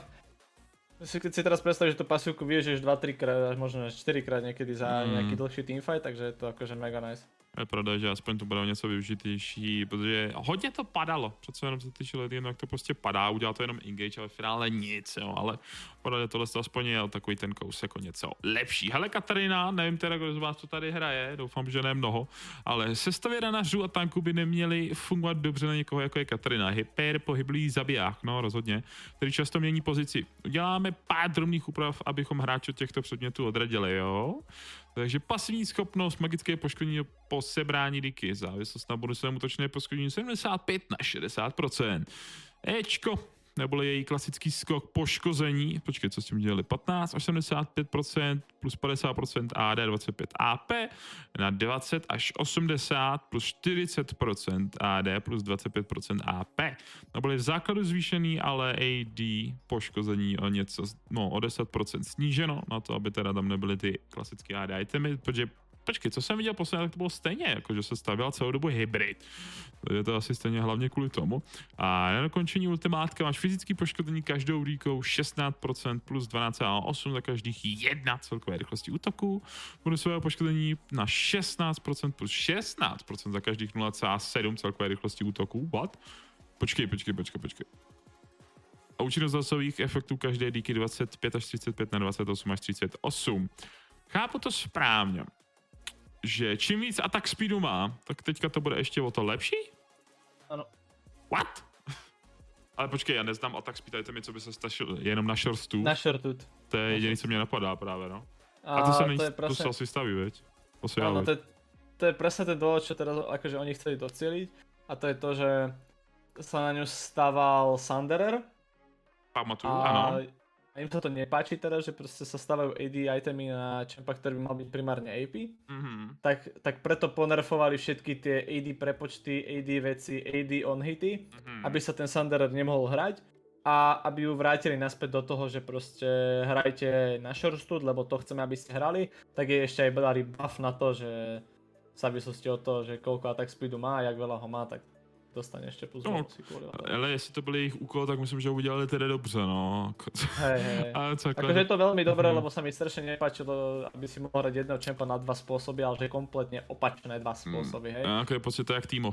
Keď si teraz predstavíš, že tú pasivku vyježeš dva tri krát, až možno čtyři krát niekedy za mm. nejaký dlhší teamfight, takže je to akože mega nice. Je pravda, že aspoň to bude něco využitější, protože hodně to padalo, přece jenom se týče lidí, jak to prostě padá, udělá to jenom engage, ale v finále nic, jo, ale podle tohle to aspoň je takový ten kousek o něco lepší. Hele Katarina, nevím teda, kdo z vás to tady hraje, doufám, že ne mnoho, ale sestavy ranařů a tanků by neměly fungovat dobře na někoho, jako je Katarina. Hyper pohyblivý zabiják, no rozhodně, který často mění pozici. Uděláme pár drobných úprav, abychom hráče od těchto předmětů odradili, jo. Takže pasivní schopnost, magické poškození po sebrání díky, závislost na bonusovém útočné poškození sedmdesát pět na šedesát procent. Ečko, neboli její klasický skok poškození, počkej, co s tím dělali, patnáct až sedmdesát pět procent plus padesát procent A D, dvacet pět A P, na dvacet až osmdesát plus čtyřicet procent A D plus dvacet pět procent A P. Neboli v základu zvýšený, ale A D poškození o něco, no o deset procent sníženo, na to, aby teda tam nebyly ty klasické A D itemy, protože počkej, co jsem viděl posledně, tak to bylo stejně, jako že se stavěl celou dobu hybrid. Je to asi stejně hlavně kvůli tomu. A na dokončení ultimátka máš fyzický poškození každou díkou šestnáct procent plus dvanáct celá osm za každých jedna celkové rychlosti útoku. Bonusového poškození na šestnáct procent plus šestnáct procent za každých nula celá sedm celkové rychlosti útoku. What? Počkej, počkej, počkej, počkej. A účinnost zasových efektů každé díky dvacet pět až třicet pět na dvacet osm až třicet osm. Chápu to správně, že čím víc attack speedu má, tak teďka to bude ještě o to lepší? Ano. What? Ale počkej, já neznám attack speed, je to mi, co by se stačil jenom na shortstooth. Na shortstooth. To je jediný, co mě napadá právě, no. A, a to se není, to, presne... to sa asi staví, veď? Áno, to, to je presne ten dôvod, čo teraz akože oni chceli docieliť. A to je to, že sa na ňu stával Sunderer. Pamatuju, áno. A im toto nepáči teraz, že proste sa stavajú á dé itemy na čempa, ktorý by mal byť primárne á pé. Mm-hmm. Tak, tak preto ponerfovali všetky tie á dé prepočty, á dé veci, á dé on hity, mm-hmm. aby sa ten Sunderer nemohol hrať a aby ju vrátili naspäť do toho, že proste hrajte na shortstooth, lebo to chceme, aby ste hrali, tak je ešte aj dali buff na to, že v závislosti od toho, že koľko attack speedu má a jak veľa ho má, tak dostane ešte plus no, ale jestli to byl jejich úkol, tak myslím, že udělali tedy dobře, no. Hej, hej. Akože je to veľmi dobré, mm. lebo sa mi strašne nepáčilo, aby si mohol hrať jedného čempa na dva spôsoby, ale že kompletne opačné dva spôsoby, hej. A ako je pocit to jak Timo.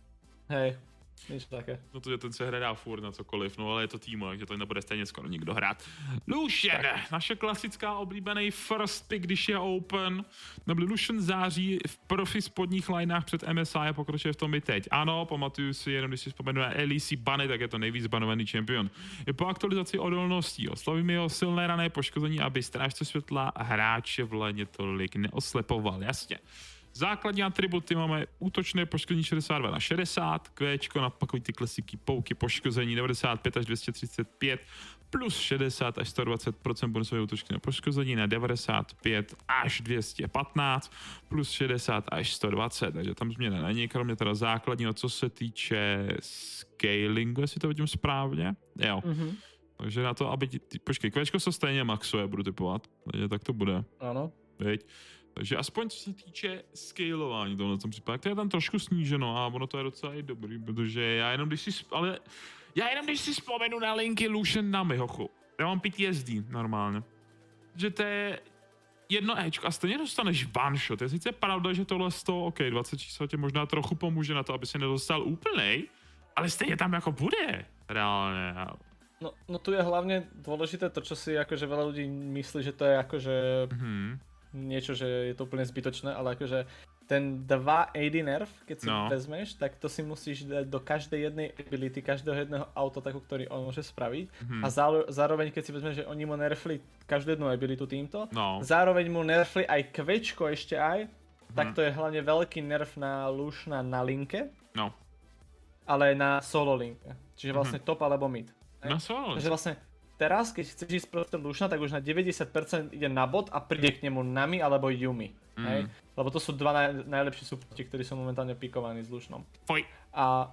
Hej. Nič také. No to, že ten se hledá furt na cokoliv, no ale je to Timo, takže to nebude stejně skoro nikdo hrát. Lucian, naše klasická oblíbený first pick, když je open. Nebyl Lucian září v profi spodních lineách před M S I a pokračuje v tom i teď. Ano, pamatuju si, jenom když si vzpomenu na L E C Bunny, tak je to nejvíc banovaný čempion. Je po aktualizaci odolností, oslovím jeho silné rané poškození, aby strážce světla hráče v léně tolik neoslepoval, jasně. Základní atributy máme útočné poškození šedesát dva na šedesát, kvéčko na takový ty klasiky pouky poškození devadesát pět až dvě stě třicet pět plus šedesát až sto dvacet procent bonusové útočky na poškození na devadesát pět až dvě stě patnáct plus šedesát až sto dvacet, takže tam změna není, kromě teda základního, co se týče scalingu, jestli to vidím správně, jo. Mm-hmm. Takže na to, aby ti, počkej, kvéčko se stejně maxuje, budu typovat, takže tak to bude. Ano. Veď. Takže aspoň co se týče scalování tohle tom případě, to je tam trošku sníženo a ono to je docela i dobrý, protože já jenom když si, ale já jenom když si vzpomenu na linky Lucian na hochu, já mám P T S D normálně, že to je jedno Ečko a stejně dostaneš one shot, je sice pravda, že tohle sto, ok, dvacet čísel tě možná trochu pomůže na to, aby se nedostal úplnej, ale stejně tam jako bude, reálně. No, no tu je hlavně důležité to, čo si akože veľa ľudí myslí, že to je akože mm-hmm. niečo, že je to úplne zbytočné, ale akože ten dva eighty nerf, keď si no. vezmeš, tak to si musíš dať do každej jednej ability, každého jedného autotaku, ktorý on môže spraviť. Mm-hmm. A záro- zároveň, keď si vezmeš, že oni mu nerfli každú jednu abilitu týmto, no. zároveň mu nerfli aj kvečko ešte aj, mm-hmm. tak to je hlavne veľký nerf na Luciana na linke, no. ale na solo linke. Čiže vlastne mm-hmm. top alebo mid. Na solo. Takže vlastne teraz, keď chceš ísť proti Luciana, tak už na deväťdesiat percent ide na bot a príde k nemu Nami alebo Yumi. Mm. Hej? Lebo to sú dva naj, najlepší supporti, ktorí sú momentálne pikovaní s Lucianom. Foj. A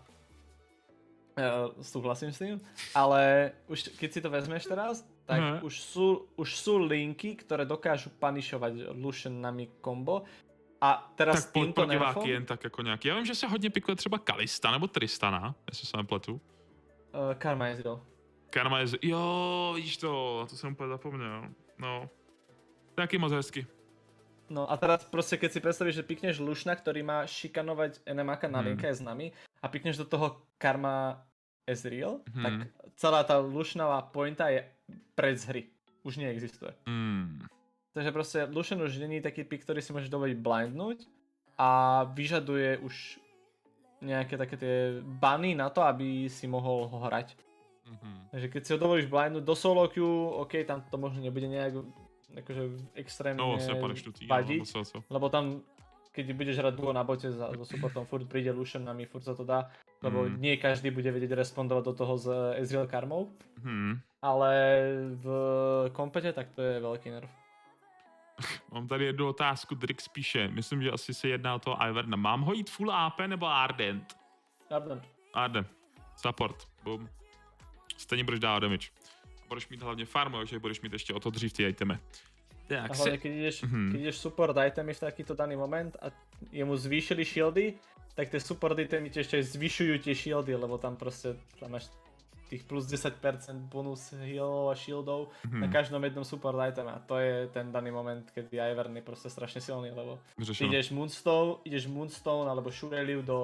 ja súhlasím s tým, ale už keď si to vezmeš teraz, tak mm. už, sú, už sú linky, ktoré dokážu punishovať Lucian Nami kombo. A teraz tak týmto nerfom... jen tak jako nějaký. Já vím, že se hodně pikuje třeba Kalista nebo Tristana, jestli se nepletu. Uh, Karma Ezreal. Karma Ezreal, jo, vidíš to, to jsem úplně zapomněl, no. Taky moc hezky. No a teraz prostě, keď si představíš, že pikneš Luciana, který má šikanovať N M A K na linke hmm. s nami a pikneš do toho Karma Ezreal, hmm. tak celá ta Lucianová pointa je pred z hry. Už neexistuje. Hmm. Takže prostě Lucian už není taký pick, ktorý si môžeš dovoliť blindnúť a vyžaduje už nejaké také tie bany na to, aby si mohol ho hrať. Mm-hmm. Takže keď si ho dovolíš blindnúť do solo queue, ok, tam to možno nebude nejak akože extrémne no, vadiť, lebo tam, keď budeš hrať duo na bote za, so supportom, furt príde Lucian, na mi furt sa to dá, lebo mm. nie každý bude vedieť respondovať do toho s Ezreal karmou, mm. ale v kompete tak to je veľký nerv. Mám tady jednu otázku, Drix píše, myslím, že asi se jedná o toho Iverna. Mám ho jít full A P nebo Ardent? Ardent. Ardent. Support. Boom. Stejně budeš dát damage. Budeš mít hlavně farmu, takže budeš mít ještě o to dřív ty itemy. Tak, a hlavně, se... keď ideš, mm-hmm. keď ideš support itemy v takýto daný moment a jemu zvýšili shieldy, tak tie support itemy ti ešte zvyšujú tie shieldy, lebo tam proste tam máš tých plus desať percent bonus healov a shieldov mm-hmm. na každom jednom support iteme a to je ten daný moment, kedy Ivern je proste strašne silný, lebo Řešeno. ideš Moonstone, ideš Moonstone alebo Shureliu do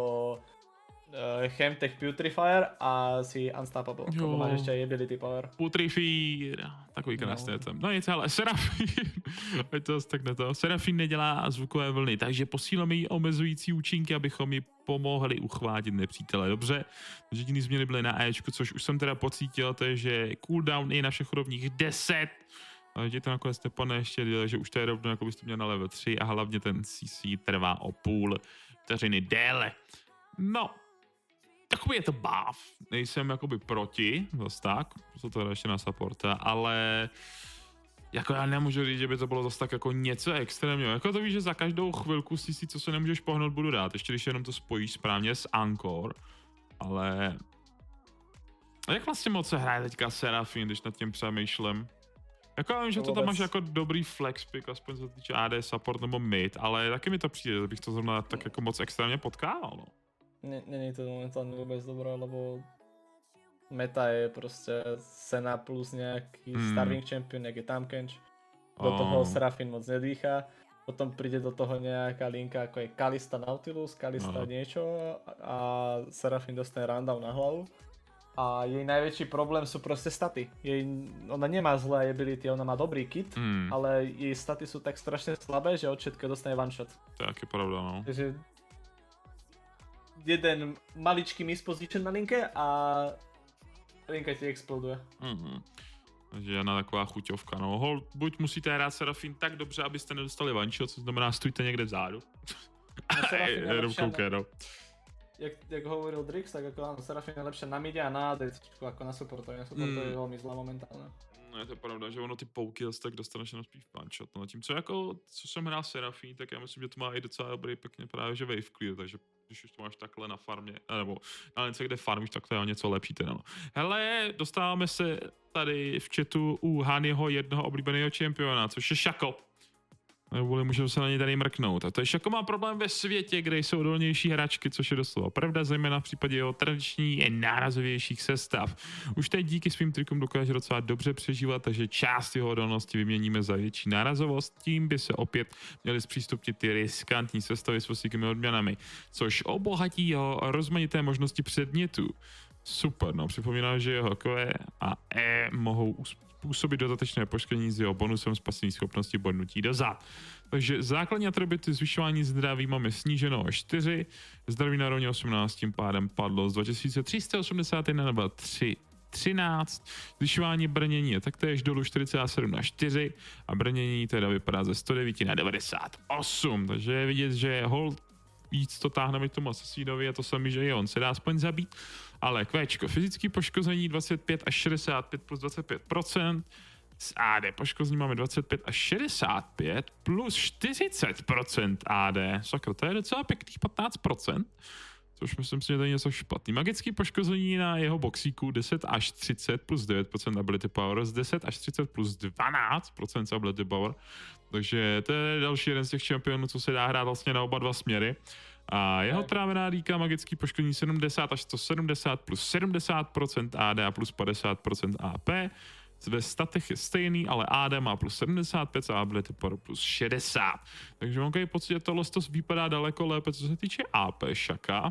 uh, Chemtech Putrifier a si unstoppable, lebo máš ešte aj ability power. Putrifier, takový krásný no. tam. No nic, ale Serafín, ať to tak na to. Serafín nedělá zvukové vlny, takže posíláme jí omezující účinky, abychom ji pomohli uchvátit nepřítele. Dobře, jediný změny byly na Ečku, což už jsem teda pocítil, to je, že cooldown je na všech úrovních deset, ale že to nakonec nepadne ještě, že už to je rovno, jako byste měl na level tři a hlavně ten C C trvá o půl vteřiny déle. No, takový je to buff. Nejsem jakoby proti, zase tak, co to ještě na supporta, ale jako já nemůžu říct, že by to bylo zase tak jako něco extrémního. Jako to víš, že za každou chvilku si si, co se nemůžeš pohnout, budu dát. Ještě když jenom to spojíš správně s Anchor. Ale... A jak vlastně moc se hraje teďka Serafín, když nad tím přemýšlem? Jako já vím, že to tam máš jako dobrý flex pick, aspoň se týče A D support nebo mid, ale taky mi to přijde, že bych to zrovna tak jako moc extrémně potkával, no. Není to momentálně vůbec dobré, lebo meta je prostě Senna plus nějaký hmm. Starving Champion, nějaký Tahm Kench. Do oh. toho Serafin moc nedýchá. Potom príde do toho nejaká linka, ako je Kalista Nautilus, Kalista no. niečo a Serafin dostane rundown na hlavu. A jej najväčší problém sú proste staty. Jej, ona nemá zlé ability, ona má dobrý kit, mm. ale jej staty sú tak strašne slabé, že od všetko dostane one shot. Tak je pravda, no. Takže jeden maličký misposition na linke a linka ti exploduje. Mm-hmm. Takže jedna taková chuťovka, no. Hol, buď musíte hrát Serafin tak dobře, abyste nedostali one shot, co znamená stůjte někde vzadu. Jenom kouké, no. Jak, jak hovoril Drix, tak ako áno, Serafin je lepšie na mide a na á dé ako na supportovi. Na supportovi mm. je veľmi zlá momentálně. No je to pravda, že ono ty pouky tak dostaneš jenom spíš punch. No tím, co jako, co jsem hrál Serafin, tak já myslím, že to má i docela dobrý pěkně právě, že wave clear, takže když už to máš takhle na farmě, nebo na něco, kde farmíš, tak to je o něco lepší teda, no. Hele, dostáváme se tady v chatu u Hanyho jednoho oblíbeného čempiona, což je Shaco. Nebo můžeme se na něj tady mrknout. A to je Shaco má problém ve světě, kde jsou odolnější hračky, což je doslova pravda, zejména v případě jeho tradiční nárazovějších sestav. Už teď díky svým trikům dokáže docela dobře přežívat, takže část jeho odolnosti vyměníme za větší nárazovost. Tím by se opět měly zpřístupnit ty riskantní sestavy s vysokými odměnami, což obohatí jeho rozmanité možnosti předmětů. Super, no připomínám, že jeho Q a E mohou působit dodatečné poškození s jeho bonusem spasení schopnosti bodnutí dozad. Takže základní atributy zvyšování zdraví máme sníženo o čtyři, zdraví na rovně osmnáct, tím pádem padlo z dva tisíce tři sta osmdesát jedna na tři třináct, zvyšování brnění je taktéž dolů čtyřicet sedm na čtyři a brnění teda vypadá ze sto devět na devadesát osm, takže je vidět, že hold víc to táhneme k tomu Assassinovi a to samý, že i on se dá aspoň zabít. Ale kvéčko, fyzický poškození dvacet pět až šedesát pět plus dvacet pět procent, s A D poškození máme dvacet pět až šedesát pět plus čtyřicet procent A D. Sakra, to je docela pěkných patnáct procent, což myslím si, že to je něco špatný. Magický poškození na jeho boxíku deset až třicet plus devět procent ability power, z deset až třicet plus dvanáct procent ability power. Takže to je další jeden z těch čempionů, co se dá hrát vlastně na oba dva směry. A jeho trávená dýka magický poškození sedmdesát až sto sedmdesát plus sedmdesát procent A D a plus padesát procent A P. Ve statech je stejný, ale A D má plus sedmdesát pět a ability power plus šedesát. Takže mám v podstatě tohle vypadá daleko lépe, co se týče A P Shaka.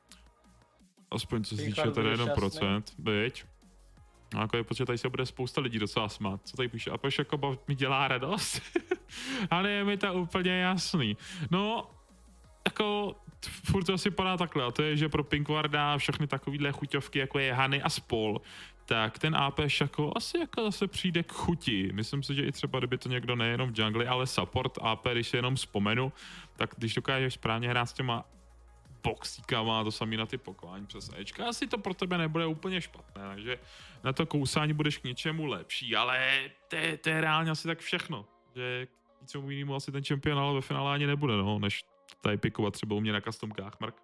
Aspoň co se týče tady jeden procent, byť. No jako je pocit, tady se bude spousta lidí docela smát. Co tady píše? A po Shaco mi dělá radost? Ale je mi to úplně jasný. No, jako furt to asi padá takhle, a to je, že pro Pinkwarda všechny takovýhle chuťovky, jako je Hany a spol, tak ten A P Shaco asi jako zase přijde k chuti. Myslím si, že i třeba, kdyby to někdo nejenom v jungli, ale support A P, když se jenom vzpomenu, tak když dokážeš správně hrát s těma boxíkama, to samý na ty pokování přes Ečka, asi to pro tebe nebude úplně špatné, takže na to kousání budeš k něčemu lepší, ale to je, to je reálně asi tak všechno, že k ničemu jinému asi ten čempion ale ve finále ani nebude, no, než tady pikovat třeba u mě na customkách, Mark.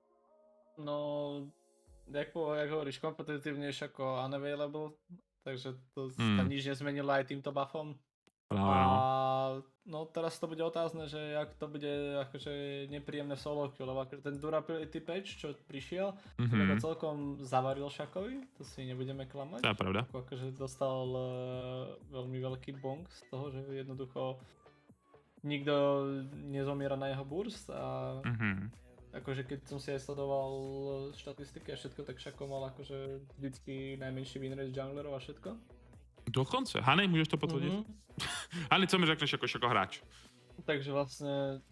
No, jak, po, jak hovoríš, kompetitivnější jako unavailable, takže to hmm. tam nič nezmenilo aj týmto buffom. Práve, a no teraz to bude otázne, že jak to bude akože nepríjemné v solo queue, lebo ten durability patch, čo prišiel, mm-hmm. to celkom zavaril Shacovi, to si nebudeme klamať. To je pravda. Ako, akože dostal uh, veľmi veľký bonk z toho, že jednoducho nikto nezomiera na jeho burst a mm-hmm. akože keď som si aj sledoval štatistiky a všetko, tak Shaco mal akože vždycky najmenší win rate junglerov a všetko. Dokonce. Hany, můžeš to potvrdit? Mm-hmm. Hany, co mi řekneš jako Shaco hráč? Takže vlastně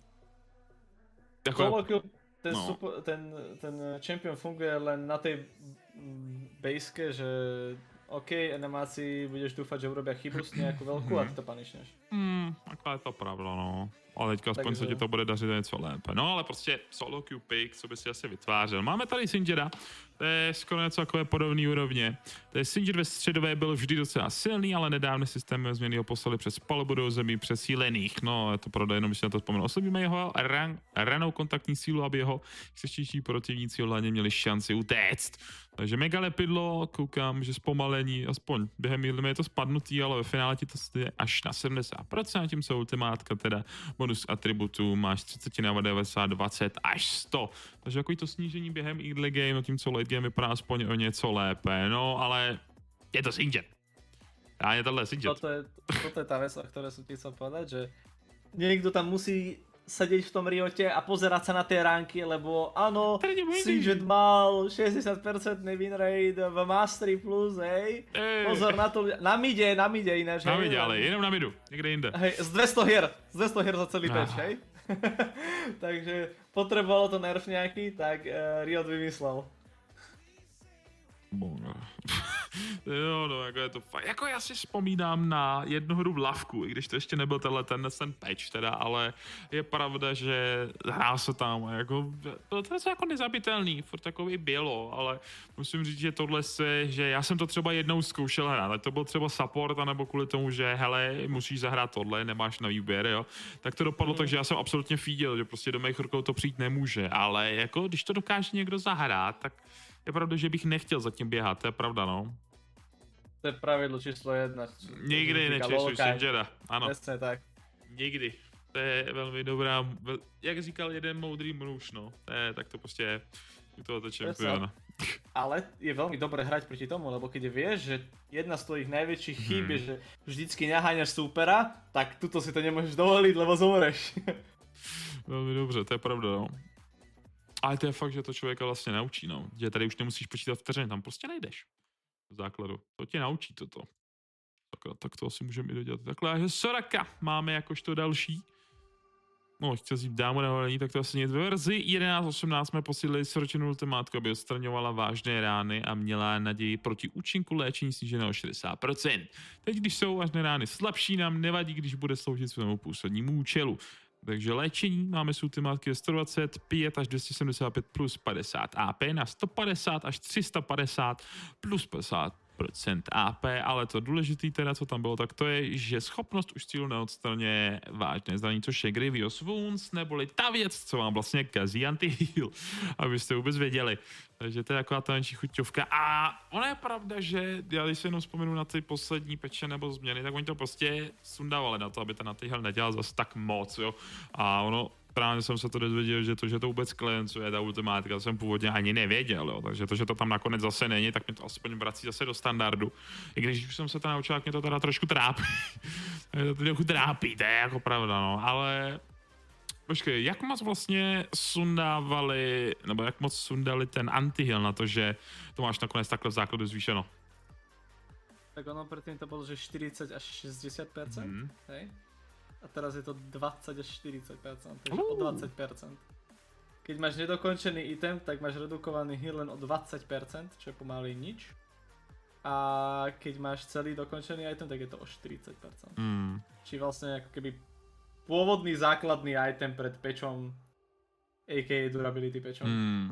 jako solo kill, ten, no. super, ten, ten champion funguje len na tej baseke, že OK, animácii budeš doufat, že urobia chybu s nějakou velkou a ty to panišneš. Hmm, takhle je to pravda, no. Ale teďka aspoň Takže... se ti to bude dařit něco lépe. No ale prostě solo queue pick, co by si asi vytvářel. Máme tady Singera, to je skoro něco takové podobné úrovně. To je Singer ve středové byl vždy docela silný, ale nedávné systémy změny ho poslali přes palubu do zemí přesílených. No, je to pravda, jenom si na to vzpomenu. Oslabíme jeho ran, ranou kontaktní sílu, aby jeho křeštější protivníci ohledně měli šanci utéct. Takže mega lepidlo, koukám, že zpomalil zpomalení, aspoň během jídly je to spadnutý, ale ve finále ti to je až na sedmdesát procent, tím se ultimátka, teda bonus atributů, máš třicet na devadesát, dvacet až sto. Takže takový to snížení během early game, no tím co late game vypadá aspoň o něco lépe, no ale je to Singed. Já je tohle Singed. Toto je, toto je tá vec, o ktorej som ti chcel povedať, že niekto tam musí sedieť v tom Riote a pozerať sa na tie ranky, lebo áno, Singed mal šesťdesiat percent win rate v Mastery plus, hej. Ej. Pozor na to, na mide, na mide ináč, hej. Na mide, ale jenom na midu, niekde inde. Hej, z dvesto hier, z dvesto hier za celý patch, hej. Takže potrebovalo to nerf nejaký, tak uh, Riot vymyslel. Jo, no, jako je to fakt. Jako já si vzpomínám na jednu hru v Lavku, i když to ještě nebyl tenhle ten, ten patch teda, ale je pravda, že hrál se tam a jako, to, to je jako nezabitelný, furt takový bylo, ale musím říct, že tohle se, že já jsem to třeba jednou zkoušel hrát, ale to byl třeba support, anebo kvůli tomu, že hele, musíš zahrát tohle, nemáš na výběr, jo, tak to dopadlo mm. tak, že já jsem absolutně fídil, že prostě do mých rukou to přijít nemůže, ale jako, když to dokáže někdo zahrát, tak je pravda, že bych nechtěl zatím běhat, to je pravda, no. To je pravidlo číslo jedna. Nikdy nečešuj Singeda, ano. Přesně tak. Nikdy. To je velmi dobrá, vel, jak říkal jeden moudrý muž, no. To je, tak to prostě je u tohoto čempiona. Ale je veľmi dobré hrať proti tomu, lebo keď vieš, že jedna z tvojich najväčších chýb hmm. je, že vždycky naháňaš supera, tak tuto si to nemôžeš dovoliť, lebo zomreš. Velmi dobře, to je pravda, no. Ale to je fakt, že to člověka vlastně naučí, no. Že tady už nemusíš počítat vteřiny, tam prostě nejdeš. V základu. To tě naučí toto. Tak, tak to asi můžeme i dodělat. Takhle, že Soraka máme jakožto další. No, chtěl říct dámu na holení, tak to asi nic. Ve verzi jedenáct osmnáct jsme posílili Sorčinu ultimátku, aby odstraňovala vážné rány a měla naději proti účinku léčení sníženého šedesát procent. Teď, když jsou vážné rány slabší, nám nevadí, když bude sloužit svému působnímu účelu. Takže léčení máme z ultimátky sto dvacet pět až dvě stě sedmdesát pět plus padesát A P na sto padesát až tři sta padesát plus padesát procent A P, ale to důležité teda, co tam bylo, tak to je, že schopnost už cílu neodstraně vážné zranění, což je Grievous Wounds, neboli ta věc, co vám vlastně kazí anti-heal, abyste vůbec věděli. Takže to je taková ta menší chuťovka. A ono je pravda, že já když se jenom vzpomenu na ty poslední peče nebo změny, tak oni to prostě sundávali na to, aby ten anti-heal nedělal zase tak moc, jo. A ono právě jsem se to dozvěděl, že to, že to vůbec klencuje, ta ultimátka, jsem původně ani nevěděl, jo. Takže to, že to tam nakonec zase není, tak mě to aspoň vrací zase do standardu. I když už jsem se to naučil, tak mě to teda trošku trápí. to trochu trápí, to je jako pravda, no, ale... Počkej, jak moc vlastně sundávali, nebo jak moc sundali ten anti-heal na to, že to máš nakonec takhle v základu zvýšeno? Tak ono predtým to bolo, že štyridsať až šesťdesiat percent, mm. hej? A teraz je to dvadsať až štyridsať percent, takže uh. o dvadsať percent. Keď máš nedokončený item, tak máš redukovaný heal len o dvadsať percent, čo je pomaly nič. A keď máš celý dokončený item, tak je to o štyridsať percent. Mm. Čiže vlastne ako keby pôvodný základný item pred patchom, á ká á durability patchom. Hmm.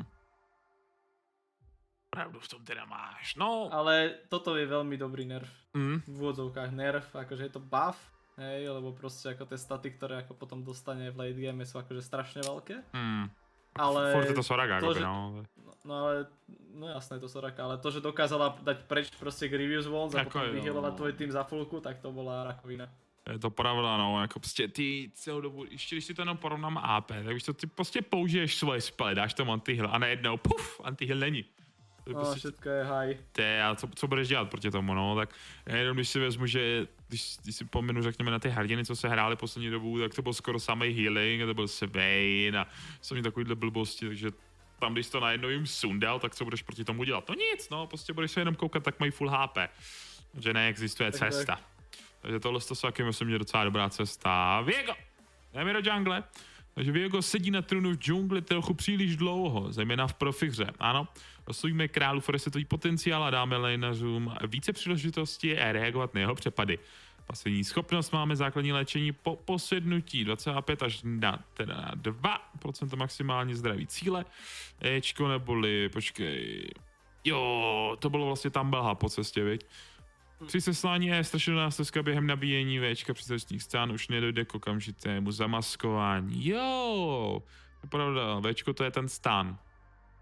Pravdu v tom teda máš, no. Ale toto je veľmi dobrý nerf. Hmm. V úvodzovkách nerf, akože je to buff, hej, lebo proste ako tie staty, ktoré ako potom dostane v late game sú akože strašne veľké. Hmm. Ale... Furt je to Soraka, to, že... no. no ale, no jasné, to Soraka, ale to, že dokázala dať preč proste Grievous Wounds a potom vyhealovať tvoj tým za fullku, tak to bola rakovina. Je to pravda, no, jako prostě ty celou dobu, ještě když si to jenom porovnám A P, tak když to ty prostě použiješ svoje spely, dáš tam anti-heal a najednou, puf, anti-heal není. To no, prostě, všetko je high. Ty, a co, co budeš dělat proti tomu, no, tak jenom když si vezmu, že když, když si pomenu, řekněme, na ty hrdiny, co se hrály poslední dobu, tak to byl skoro samý healing, to byl Swain a jsou mi takovýhle blbosti, takže tam, když to najednou jim sundal, tak co budeš proti tomu dělat? No nic, no, prostě budeš se jenom koukat, tak mají full H P, že neexistuje tak cesta. Tak. Takže tohle to taky myslím, že je docela dobrá cesta. Viego! Jdeme do džungle. Takže Viego sedí na trůnu v džungli trochu příliš dlouho, zejména v profihře. Ano, oslovíme králu foresetový potenciál a dáme laneřům více příležitosti a reagovat na jeho přepady. Pasivní schopnost máme základní léčení po posednutí dvacet pět až na, teda na dva procenta maximálně zdraví cíle. Ečko neboli, počkej... Jo, to bylo vlastně tam belha po cestě, viď? Při seslání je strašidelná stezka během nabíjení Včka příležitostných stran už nedojde k okamžitému zamaskování. Jo, to je pravda, Včko to je ten stan.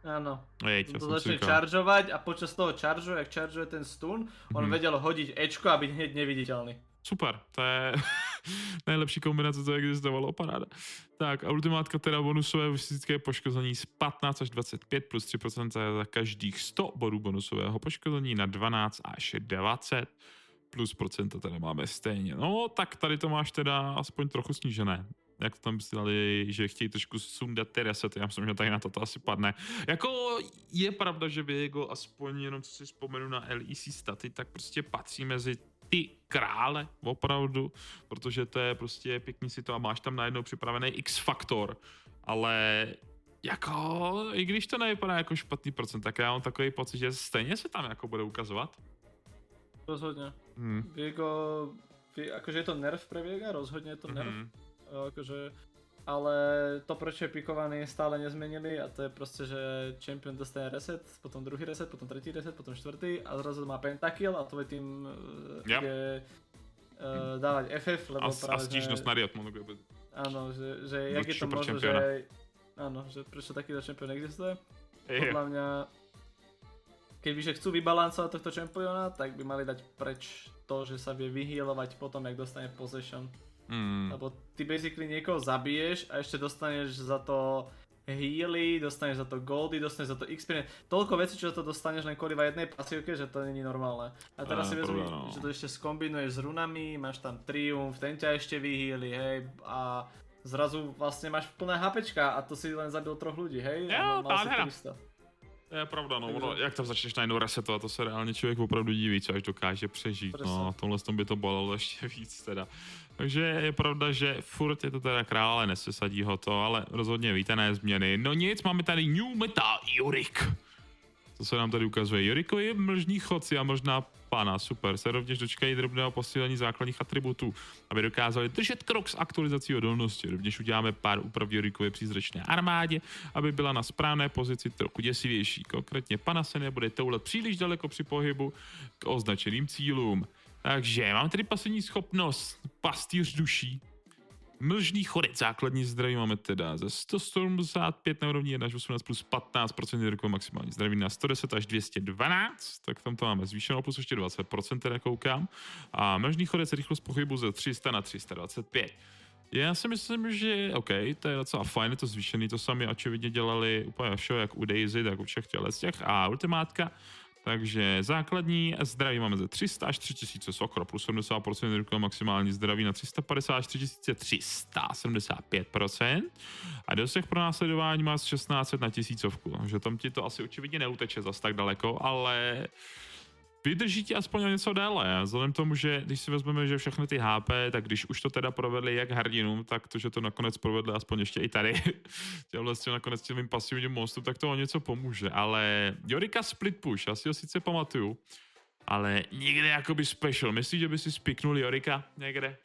Áno. Jeď, to začne čaržovať a počas toho čaržu, jak čaržuje ten stun, on hmm. vedel hodiť Ečko a byť hneď neviditeľný. Super, to je nejlepší kombinace, co existovalo, paráda. Tak a ultimátka teda bonusové fyzické poškození z patnáct až dvacet pět plus tři procenta za každých sto bodů bonusového poškození na dvanáct až dvacet plus procenta teda máme stejně. No tak tady to máš teda aspoň trochu snížené. Jak to tam mysleli, že chtějí trošku sundat ty resety, já myslím, že tady na to, to asi padne. Jako je pravda, že Viego, aspoň jenom co si vzpomenu na L E C staty, tak prostě patří mezi ty krále, opravdu, protože to je prostě pěkný si to a máš tam najednou připravený X-faktor, ale jako, i když to nevypadá jako špatný procent, tak já mám takový pocit, že stejně se tam jako bude ukazovat. Rozhodně. Hmm. Viego, akože je to nerv pre Viega, rozhodně je to nerv. Hmm. Akože, ale to, proč je pikovaný, stále nezmenili a to je prostě, že champion dostane reset, potom druhý reset, potom tretí reset, potom čtvrtý a zrazu má pentakill a tvoj tým yep. je uh, dávať F F, lebo a, práve, a stížnosť na Riot Monogobe. Áno, že, že jak je to možno, že áno, že prečo takýto champion existuje. Podľa mňa, kebyže chcú vybalancovať tohto championa, tak by mali dať preč to, že sa vie vyhealovať potom, jak dostane possession. Mm. Lebo ty basically niekoho zabiješ a ešte dostaneš za to healy, dostaneš za to goldy, dostaneš za to experience. Toľko vecí, čo to dostaneš len kvôli jednej pasívke, že to není normálne. A teraz si vezmi, no. že to ešte skombinuješ s runami, máš tam triumf, ten ťa ešte vyhealy, hej, a zrazu vlastne máš plné HPčka a to si len zabil troch ľudí, hej, jo, a mal si tristo. To je pravda, no, ono, jak tam začneš najednou resetovat, to se reálně člověk opravdu diví, co až dokáže přežít, Presne. No, a tomhle tom by to bolelo ještě víc teda. Takže je pravda, že furt je to teda král, ale nesesadí ho to, ale rozhodně vítané změny. No nic, máme tady New Meta Yorick. To se nám tady ukazuje. Yorikovi mlžní chodci a možná pana, super, se rovněž dočkají drobného posílení základních atributů, aby dokázali držet krok s aktualizací odolnosti. Rovněž uděláme pár úprav Yorikově přízračné armádě, aby byla na správné pozici trochu děsivější. Konkrétně pana se nebude toulet příliš daleko při pohybu k označeným cílům. Takže mám tady pasivní schopnost pastýř duší. Mlžný chodec, základní zdraví máme teda ze sto sedmdesát pět na úrovni jedna až osmnáct plus patnáct procent Yorikovo maximální zdraví na sto deset až dvě stě dvanáct, tak tam to máme zvýšenou plus ještě dvacet procent teda koukám. A mlžný chodec rychlost pohybu ze tři sta na tři sta dvacet pět. Já si myslím, že OK, to je docela fajn, je to zvýšený, to sami očividně dělali úplně show, jak u Daisy, tak u všech těch a ultimátka. Takže základní zdraví máme ze tři sta až tři tisíce sokro, plus sedmdesát procent Yorikovo maximální zdraví na tři sta padesát až tři tisíce tři sta sedmdesát pět procent a dosah pro následování má z šestnáct set na tisícovku, takže tam ti to asi očividně neuteče zas tak daleko, ale vydrží ti aspoň něco déle. Vzhledem tomu, že když si vezmeme, že všechny ty H P, tak když už to teda provedli jak hrdinům, tak to, že to nakonec provedli aspoň ještě i tady, těhle s tím nakonec těm pasivním monstrum, tak to o něco pomůže. Ale Yorika split push, já si ho sice pamatuju, ale nikde jakoby special. Myslíš, že by si spiknul Yorika někde?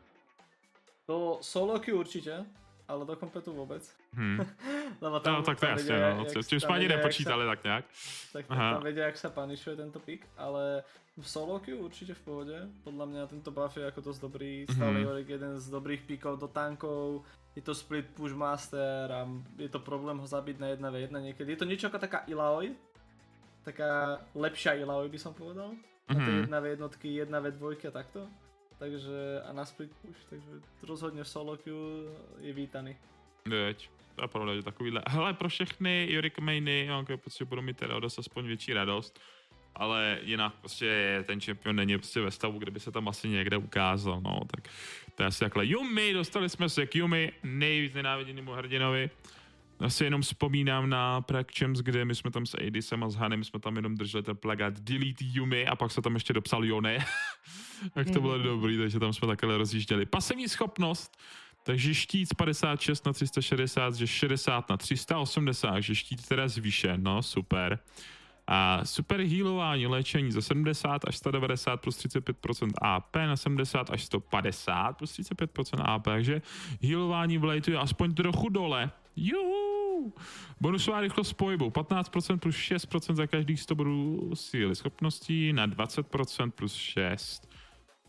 To solo queue určitě, ale do kompetu vůbec. Hmm. Lebo tam, no, tak to je jasně, no. S tím jsme ani nepočítali sa, tak nějak. Tak tam vedia, jak sa punišuje tento pick, ale v solo queue určite v pohode. Podľa mňa tento buff je ako dosť dobrý. Stále Yorick jeden z dobrých pickov do tankov. Je to split push master a je to problém ho zabiť na jedna v jedna niekedy. Je to niečo ako taká Illaoi. Taká lepšia Illaoi by som povedal. Na tej jedna v jednotky, jedna v dvojky a takto. Takže a na split push, takže rozhodne v solo queue je vítaný. Jeď. To je pravda, že takovýhle. Hele, pro všechny Yorick mainy, mám pocit, že budu mít teda dost aspoň větší radost, ale jinak prostě ten champion není prostě ve stavu, kde by se tam asi někde ukázal, no, tak to je asi takhle. Yumi, dostali jsme se k Yumi, nejvíc nenáviděnému hrdinovi. Asi jenom vzpomínám na Prague Champs, kde my jsme tam s Adisem a s Hanem jsme tam jenom drželi ten plagát Delete Yumi a pak se tam ještě dopsal Yone. Tak to bylo dobrý, takže tam jsme takhle rozjížděli. Pasivní schopnost, takže štít z padesát šest na tři sta šedesát, že šedesát na tři sta osmdesát, že štít teda zvýšen, no super. A super healování, léčení za sedmdesát až sto devadesát plus třicet pět procent A P na sedmdesát až sto padesát plus třicet pět procent A P, takže healování v lejtu je aspoň trochu dole. Juhu! Bonusová rychlost pohybu patnáct procent plus šest procent za každých sto bodů síly schopností na dvacet procent plus šest.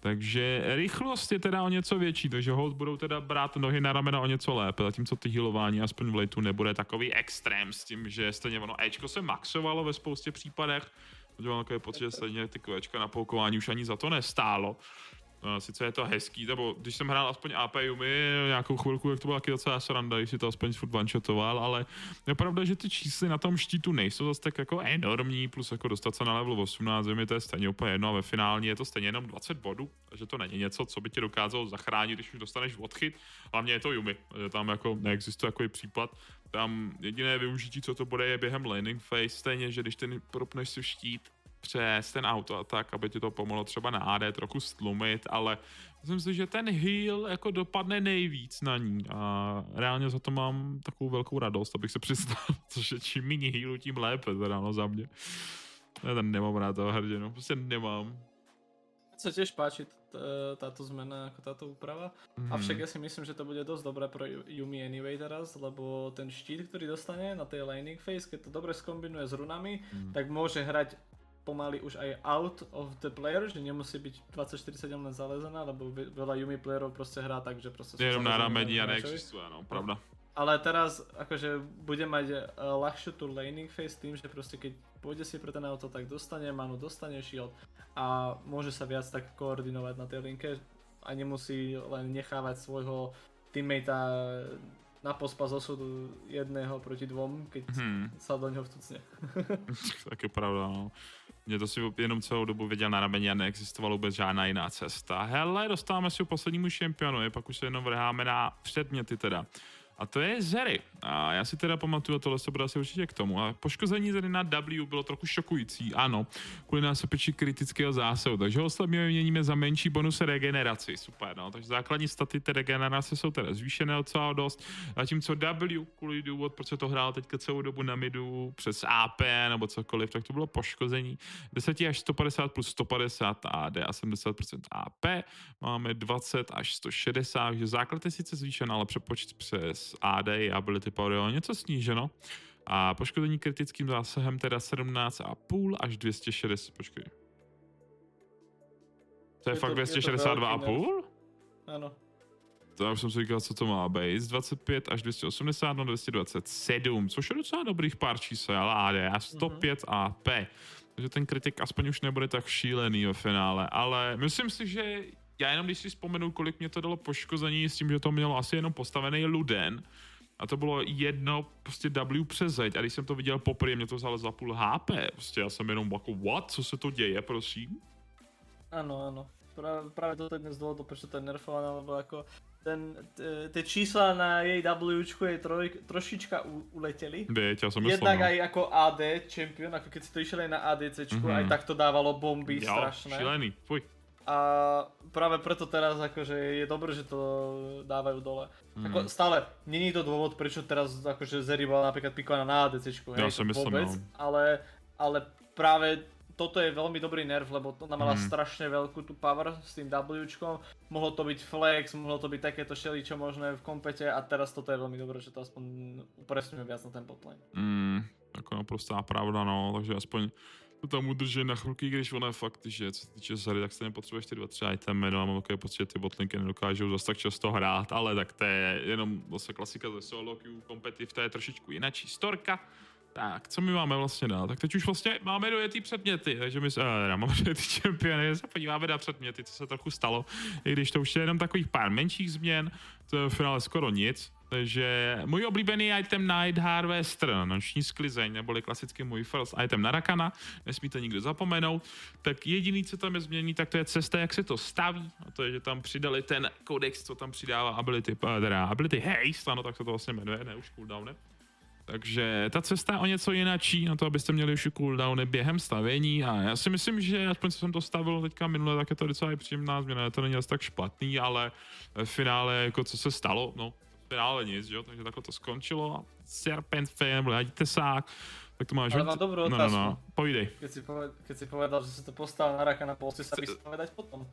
Takže rychlost je teda o něco větší, takže hold budou teda brát nohy na ramena o něco lépe, zatímco ty healování aspoň v lateu nebude takový extrém s tím, že stejně ono Ečko se maxovalo ve spoustě případech, protože mám takový pocit, že stejně ty Ečka na poukování už ani za to nestálo. No, sice je to hezký, nebo když jsem hrál aspoň A P Yumi nějakou chvilku, jak to byla taky docela sranda, když si to aspoň furt one-shotoval, ale je pravda, že ty čísly na tom štítu nejsou zase tak jako enormní, plus jako dostat se na level osmnáct, mi to je stejně úplně jedno a ve finální je to stejně jenom dvacet bodů, takže to není něco, co by tě dokázalo zachránit, když už dostaneš odchyt, hlavně je to Yumi, že tam jako neexistuje takový případ, tam jediné využití, co to bude, je během laning phase, stejně, že když ten propneš si štít přes ten auto tak, aby ti to pomohlo třeba na A D trochu stlumit, ale myslím si, že ten heal jako dopadne nejvíc na ní a reálně za to mám takovou velkou radost, abych se přiznal, což je čím méně healu, tím lépe teda, no za mě. Já tam nemám rád toho hrdinu, prostě nemám. Sa tiež páči táto zmena, ako táto úprava, mm. avšak ja si myslím, že to bude dosť dobré pro Yumi anyway teraz, lebo ten štít, ktorý dostane na tej laning phase, keď to dobre skombinuje s runami, mm. tak môže hrať pomaly už aj out of the player, že nemusí byť dvadsaťštyri sedem len zalezená, lebo veľa Yumi playerov proste hrá tak, že proste... Jenom na rameni a neexistuje, no, pravda. Ale teraz akože bude mať uh, ľahšiu tú laning phase tým, že proste keď pôjde si pre ten auto, tak dostane manu, dostane shield a môže sa viac tak koordinovať na tej linke a nemusí len nechávať svojho teammatea na pospas osudu jedného proti dvom, keď hmm. sa do něho vtucne. Tak je pravda, no. Mě to si jenom celou dobu viděl na rameni a neexistovala vůbec žádná jiná cesta. Hele, dostáváme si u poslednímu šampionu, pak už se jenom vrháme na předměty teda. A to je Zeri. A já si teda pamatuju, tohle se bude asi určitě k tomu. A poškození Zeri na W bylo trochu šokující, ano, kvůli násopeči kritického zásahu. Takže ho oslabíme, měníme za menší bonus regeneraci. Super, no. Takže základní staty té regenerace jsou teda zvýšené docela dost. Zatímco W, kvůli důvod, proč se to hrál teďka celou dobu na midu přes A P nebo cokoliv, tak to bylo poškození. deset až sto padesát plus sto padesát A D a sedmdesát procent A P. Máme dvacet až sto šedesát, že základ je sice zvýšen, ale přepočet přes A D i ability power je něco sníženo. A poškození kritickým zásahem teda sedmnáct a půl až dvě stě šedesát. Počkej. To je, je fakt to, dvě stě šedesát dva a půl? Ano. To já už jsem si říkal, co to má být. Z dvacet pět až dvě stě osmdesát na dvě stě dvacet sedm, což je docela dobrých pár čísel. A D a sto pět uh-huh. A P. Takže ten kritik aspoň už nebude tak šílený ve finále. Ale myslím si, že já jenom když si vzpomenu, kolik mě to dalo poškození s tím, že to mělo asi jenom postavený Luden, a to bylo jedno prostě W přes zeď, a když jsem to viděl poprvé, mě to vzalo za půl H P, prostě já jsem jenom jako what, co se to děje, prosím? Ano, ano, Pra, právě to je dnes dôvod, proč to je nerfované, lebo jako ten, ty čísla na jej Wčku jej troj, trošička u, uleteli. Věď, já jsem myslel, jednak no. aj jako A D champion, ako keď si to išli aj na ADCčku, mm-hmm. aj tak to dávalo bomby jo, strašné. Šílený, fuj. A práve preto teraz akože je dobré, že to dávajú dole. Mm. Ako stále, není to dôvod, prečo teraz akože Zeri bola napríklad pikovaná na ADCčku, ja som myslím, vôbec, no. ale, ale práve toto je veľmi dobrý nerv, lebo to mala mm. strašne veľkú tú power s tým Wčkom. Mohlo to byť flex, mohlo to byť takéto šeličo možné v kompete a teraz toto je veľmi dobré, že to aspoň upresňuje viac na ten botlane. Mm, ako naprostá pravda, no, takže aspoň to tam udrží na chvilky, když ono je fakt, že co se týče Zeri, tak stejně potřebuješ ty dva, tři itemy, no a mám takové pocit, že ty botlinky nedokážou zase tak často hrát, ale tak to je jenom zase klasika ze solo queue, competitive, to je trošičku jináčí storka. Tak, co my máme vlastně dál? Tak teď už vlastně máme dojetý předměty, takže my se, eh, máme dojetý čempiony, se podíváme na předměty, co se trochu stalo, i když to už je jenom takových pár menších změn, to je v finále skoro nic. Takže můj oblíbený item Night Harvester, noční sklizeň, neboli klasicky můj first item na Rakana, nesmíte nikdo zapomenout, tak jediný, co tam je změní, tak to je cesta, jak se to staví, a to je, že tam přidali ten kodex, co tam přidává ability, teda ability haste, ano, tak se to vlastně jmenuje, ne už cooldowny. Takže ta cesta je o něco jináčí, na to, abyste měli už cooldowny během stavění a já si myslím, že aspoň co jsem to stavil teďka minule, tak je to docela příjemná změna, to není asi tak špatný, ale v finále, jako co se stalo, no, v finále nic, jo, takže takhle to skončilo, Serpent Fan, nebo Haditesák, tak to máš... Ale mám dobrú otázku. No, no, no, povídej. Keď si, poved, keď si povedal, že si to postavil na Rakana, bol si sa vyspovedať potom?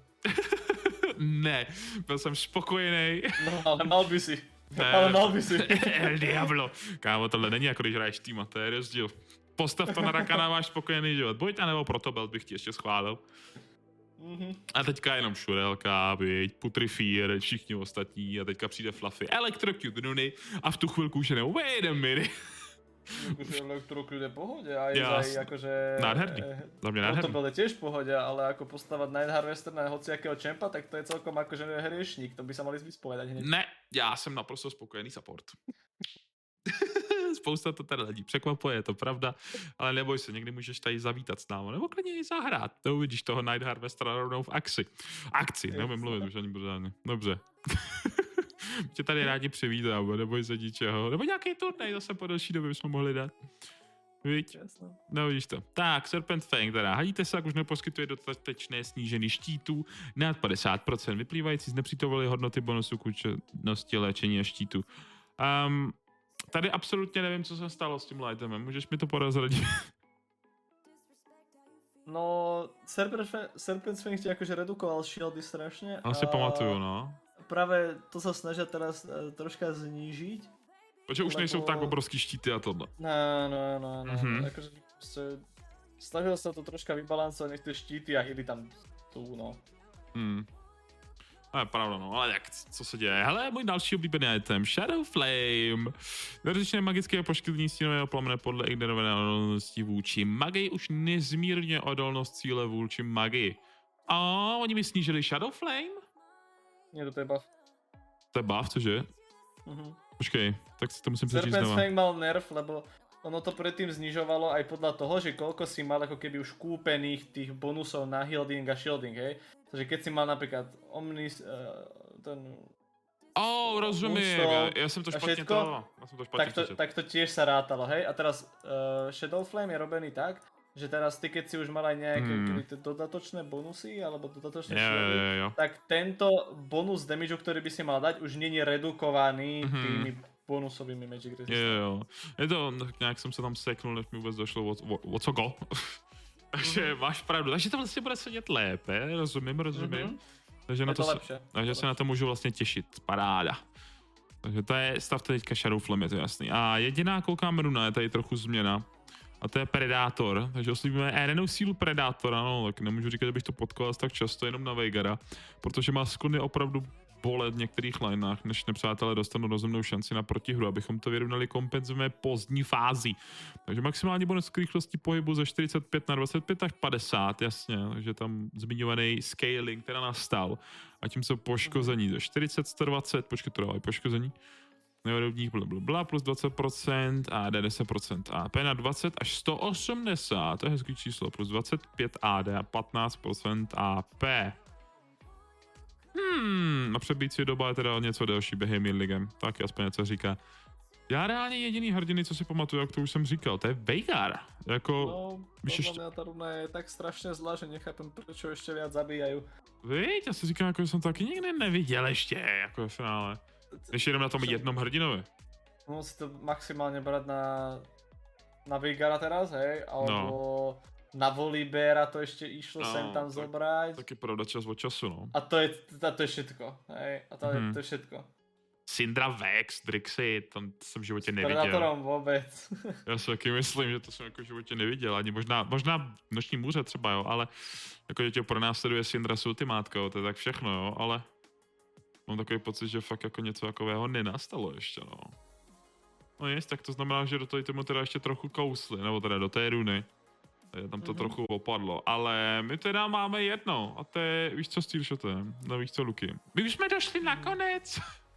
Ne, byl jsem spokojený. No, ale mal by si. Ne, ale mal by si. El Diablo. Kámo, tohle není jako když hraješ týma, to je rozdíl. Postav to na Rakana, máš spokojený život. Buď a nebo Protobelt bych ti ještě schválil. Mm-hmm. A teďka jenom Shurelka, viď, Putrefear, všichni ostatní a teďka přijde Fluffy, Electrocute Runy a v tu chvilku už jenom wait a minute. Akože Electrocute je pohode, aj, ja, aj akože... Nádherný, za mňa nádherný. To bol tiež v pohode, ale ako postavať Night Harvester na hociakého čempa, tak to je celkom akože hriešník, to by sa mali vyspovedať hneď. Ne, já jsem naprosto spokojený support. Spousta to tady lidí překvapuje, je to pravda, ale neboj se, někdy můžeš tady zavítat s námi, nebo klidně i zahrát. To uvidíš toho Night Harvestera rovnou v akci. Akci, nevím mluvit už ani pořádně. Dobře. Tě tady rádi přivítám, neboj se ničeho. Nebo nějaký turnaj zase po další době bychom mohli dát. Víš? No vidíš to. Tak, Serpent Fang teda. Hadíte se, jak už neposkytuje dostatečné snížení štítů nad padesát procent, vyplývající z nepřítomné hodnoty bonusu k účinnosti léčení a štítů. Um, tady absolutně nevím, co se stalo s tím itemem. Můžeš mi to porazradit? No, Serpent Fang ti akože redukoval shieldy strašne. Ale si pamatuju, no. Práve to sa snažia teraz troška znížiť. Protože už lebo... nejsou tak obrovský štíty a tohle. No, no, no, no. Mm-hmm. Akože snažil sa to troška vybalancovať, nech tie štíty a hily tam tu, no. Hmm. To je pravda, no, ale jak, co se děje? Hele, můj další oblíbený item, Shadow Flame. Dodatečné magické poškození stínového plamene podle ignorované odolnosti vůči magii už nezmírně odolnost cíle vůči magii. A oni mi snížili Shadow Flame? Nie, to je buff. To je buff, cože? Mhm. Počkej, tak si to musím přečíst znova. Serpent Fang mal nerf, lebo ono to predtým znižovalo aj podľa toho, že koľko si mal ako keby už kúpených tých bonusov na healing a shielding, hej? Takže keď si mal napríklad Omnis, uh, ten... Oh, rozumím, ja, ja som to špatne všetko, to... Ja som to špatne tak, to, tak to tiež sa rátalo, hej? A teraz uh, Shadow Flame je robený tak, že teraz ty, keď si už mal aj nejaké hmm. dodatočné bonusy, alebo dodatočné shieldy, yeah, yeah. tak tento bonus damage, ktorý by si mal dať, už nie je redukovaný hmm. tými bonusovými Magic Resistance. Jo, jo. Je to, nějak jsem se tam seknul, než mi vůbec došlo o, o, o co go. Takže mm-hmm. máš pravdu. Takže to vlastně bude sedět lépe, rozumím, rozumím. Mm-hmm. Takže, na to, to se, takže se na to můžu vlastně těšit. Paráda. Takže to je stav teďka Shadow Flame, je to jasný. A jediná koukám runa je tady trochu změna. A to je Predátor. Takže oslívíme arenou sílu Predátora, no, tak nemůžu říkat, že bych to potkal tak často jenom na Veigara, protože má sklony opravdu bolet v některých lineách, než nepřátelé dostanou rozumnou šanci na protihru, abychom to vyrovnali, kompenzujeme pozdní fázi. Takže maximální bonus k rychlosti pohybu ze čtyřicet pět na dvacet pět až padesát, jasně, takže tam zmiňovaný scaling teda nastal. A tím se poškození ze čtyřicet sto dvacet, počkej, to dávají poškození, nevodobních blablabla plus dvacet procent a D deset procent A P na dvacet až sto osmdesát, to je hezký číslo, plus dvacet pět A D a patnáct procent A P. Hmm, na přebící doba je teda něco delší Bohemian Ligem, tak aspoň něco říká. Já reálně jediný hrdiny, co si pamatuju, jak to už jsem říkal, to je Veigar. Jako, no, podľa ještě... mňa tá runa je tak strašně zlá, že nechápem, proč ještě viac zabíjají. Víď, já si říkám, jako jsem to taky nikdy neviděl ještě, jako ve finále. Než jenom na tom jednom hrdinovi. Musí to maximálně brát na, na Veigara teraz, hej, alebo... No. Na Volibeara to ešte išlo no, sem tam tak, zobrať. Taky pravda čas od času, no. A to je, a to je všetko, hej, a to, hmm. je, to je všetko. Syndra Vex, Drixie, tam jsem v životě neviděl. S Predatorom vůbec. Já si taky myslím, že to jsem jako v životě neviděl, ani možná, možná v Noční můře třeba, jo, ale jako že tě pronásleduje Syndra s ultimátkou, to je tak všechno, jo, ale mám takový pocit, že fakt jako něco takového nenastalo ještě, no. No jest, tak to znamená, že do toho tomu teda ještě trochu kousli, nebo teda do té runy. Tam to mm-hmm. trochu opadlo, ale my teda máme jedno a to je, víš co, Steelshotem, no víš co, Luky. My už jsme došli nakonec.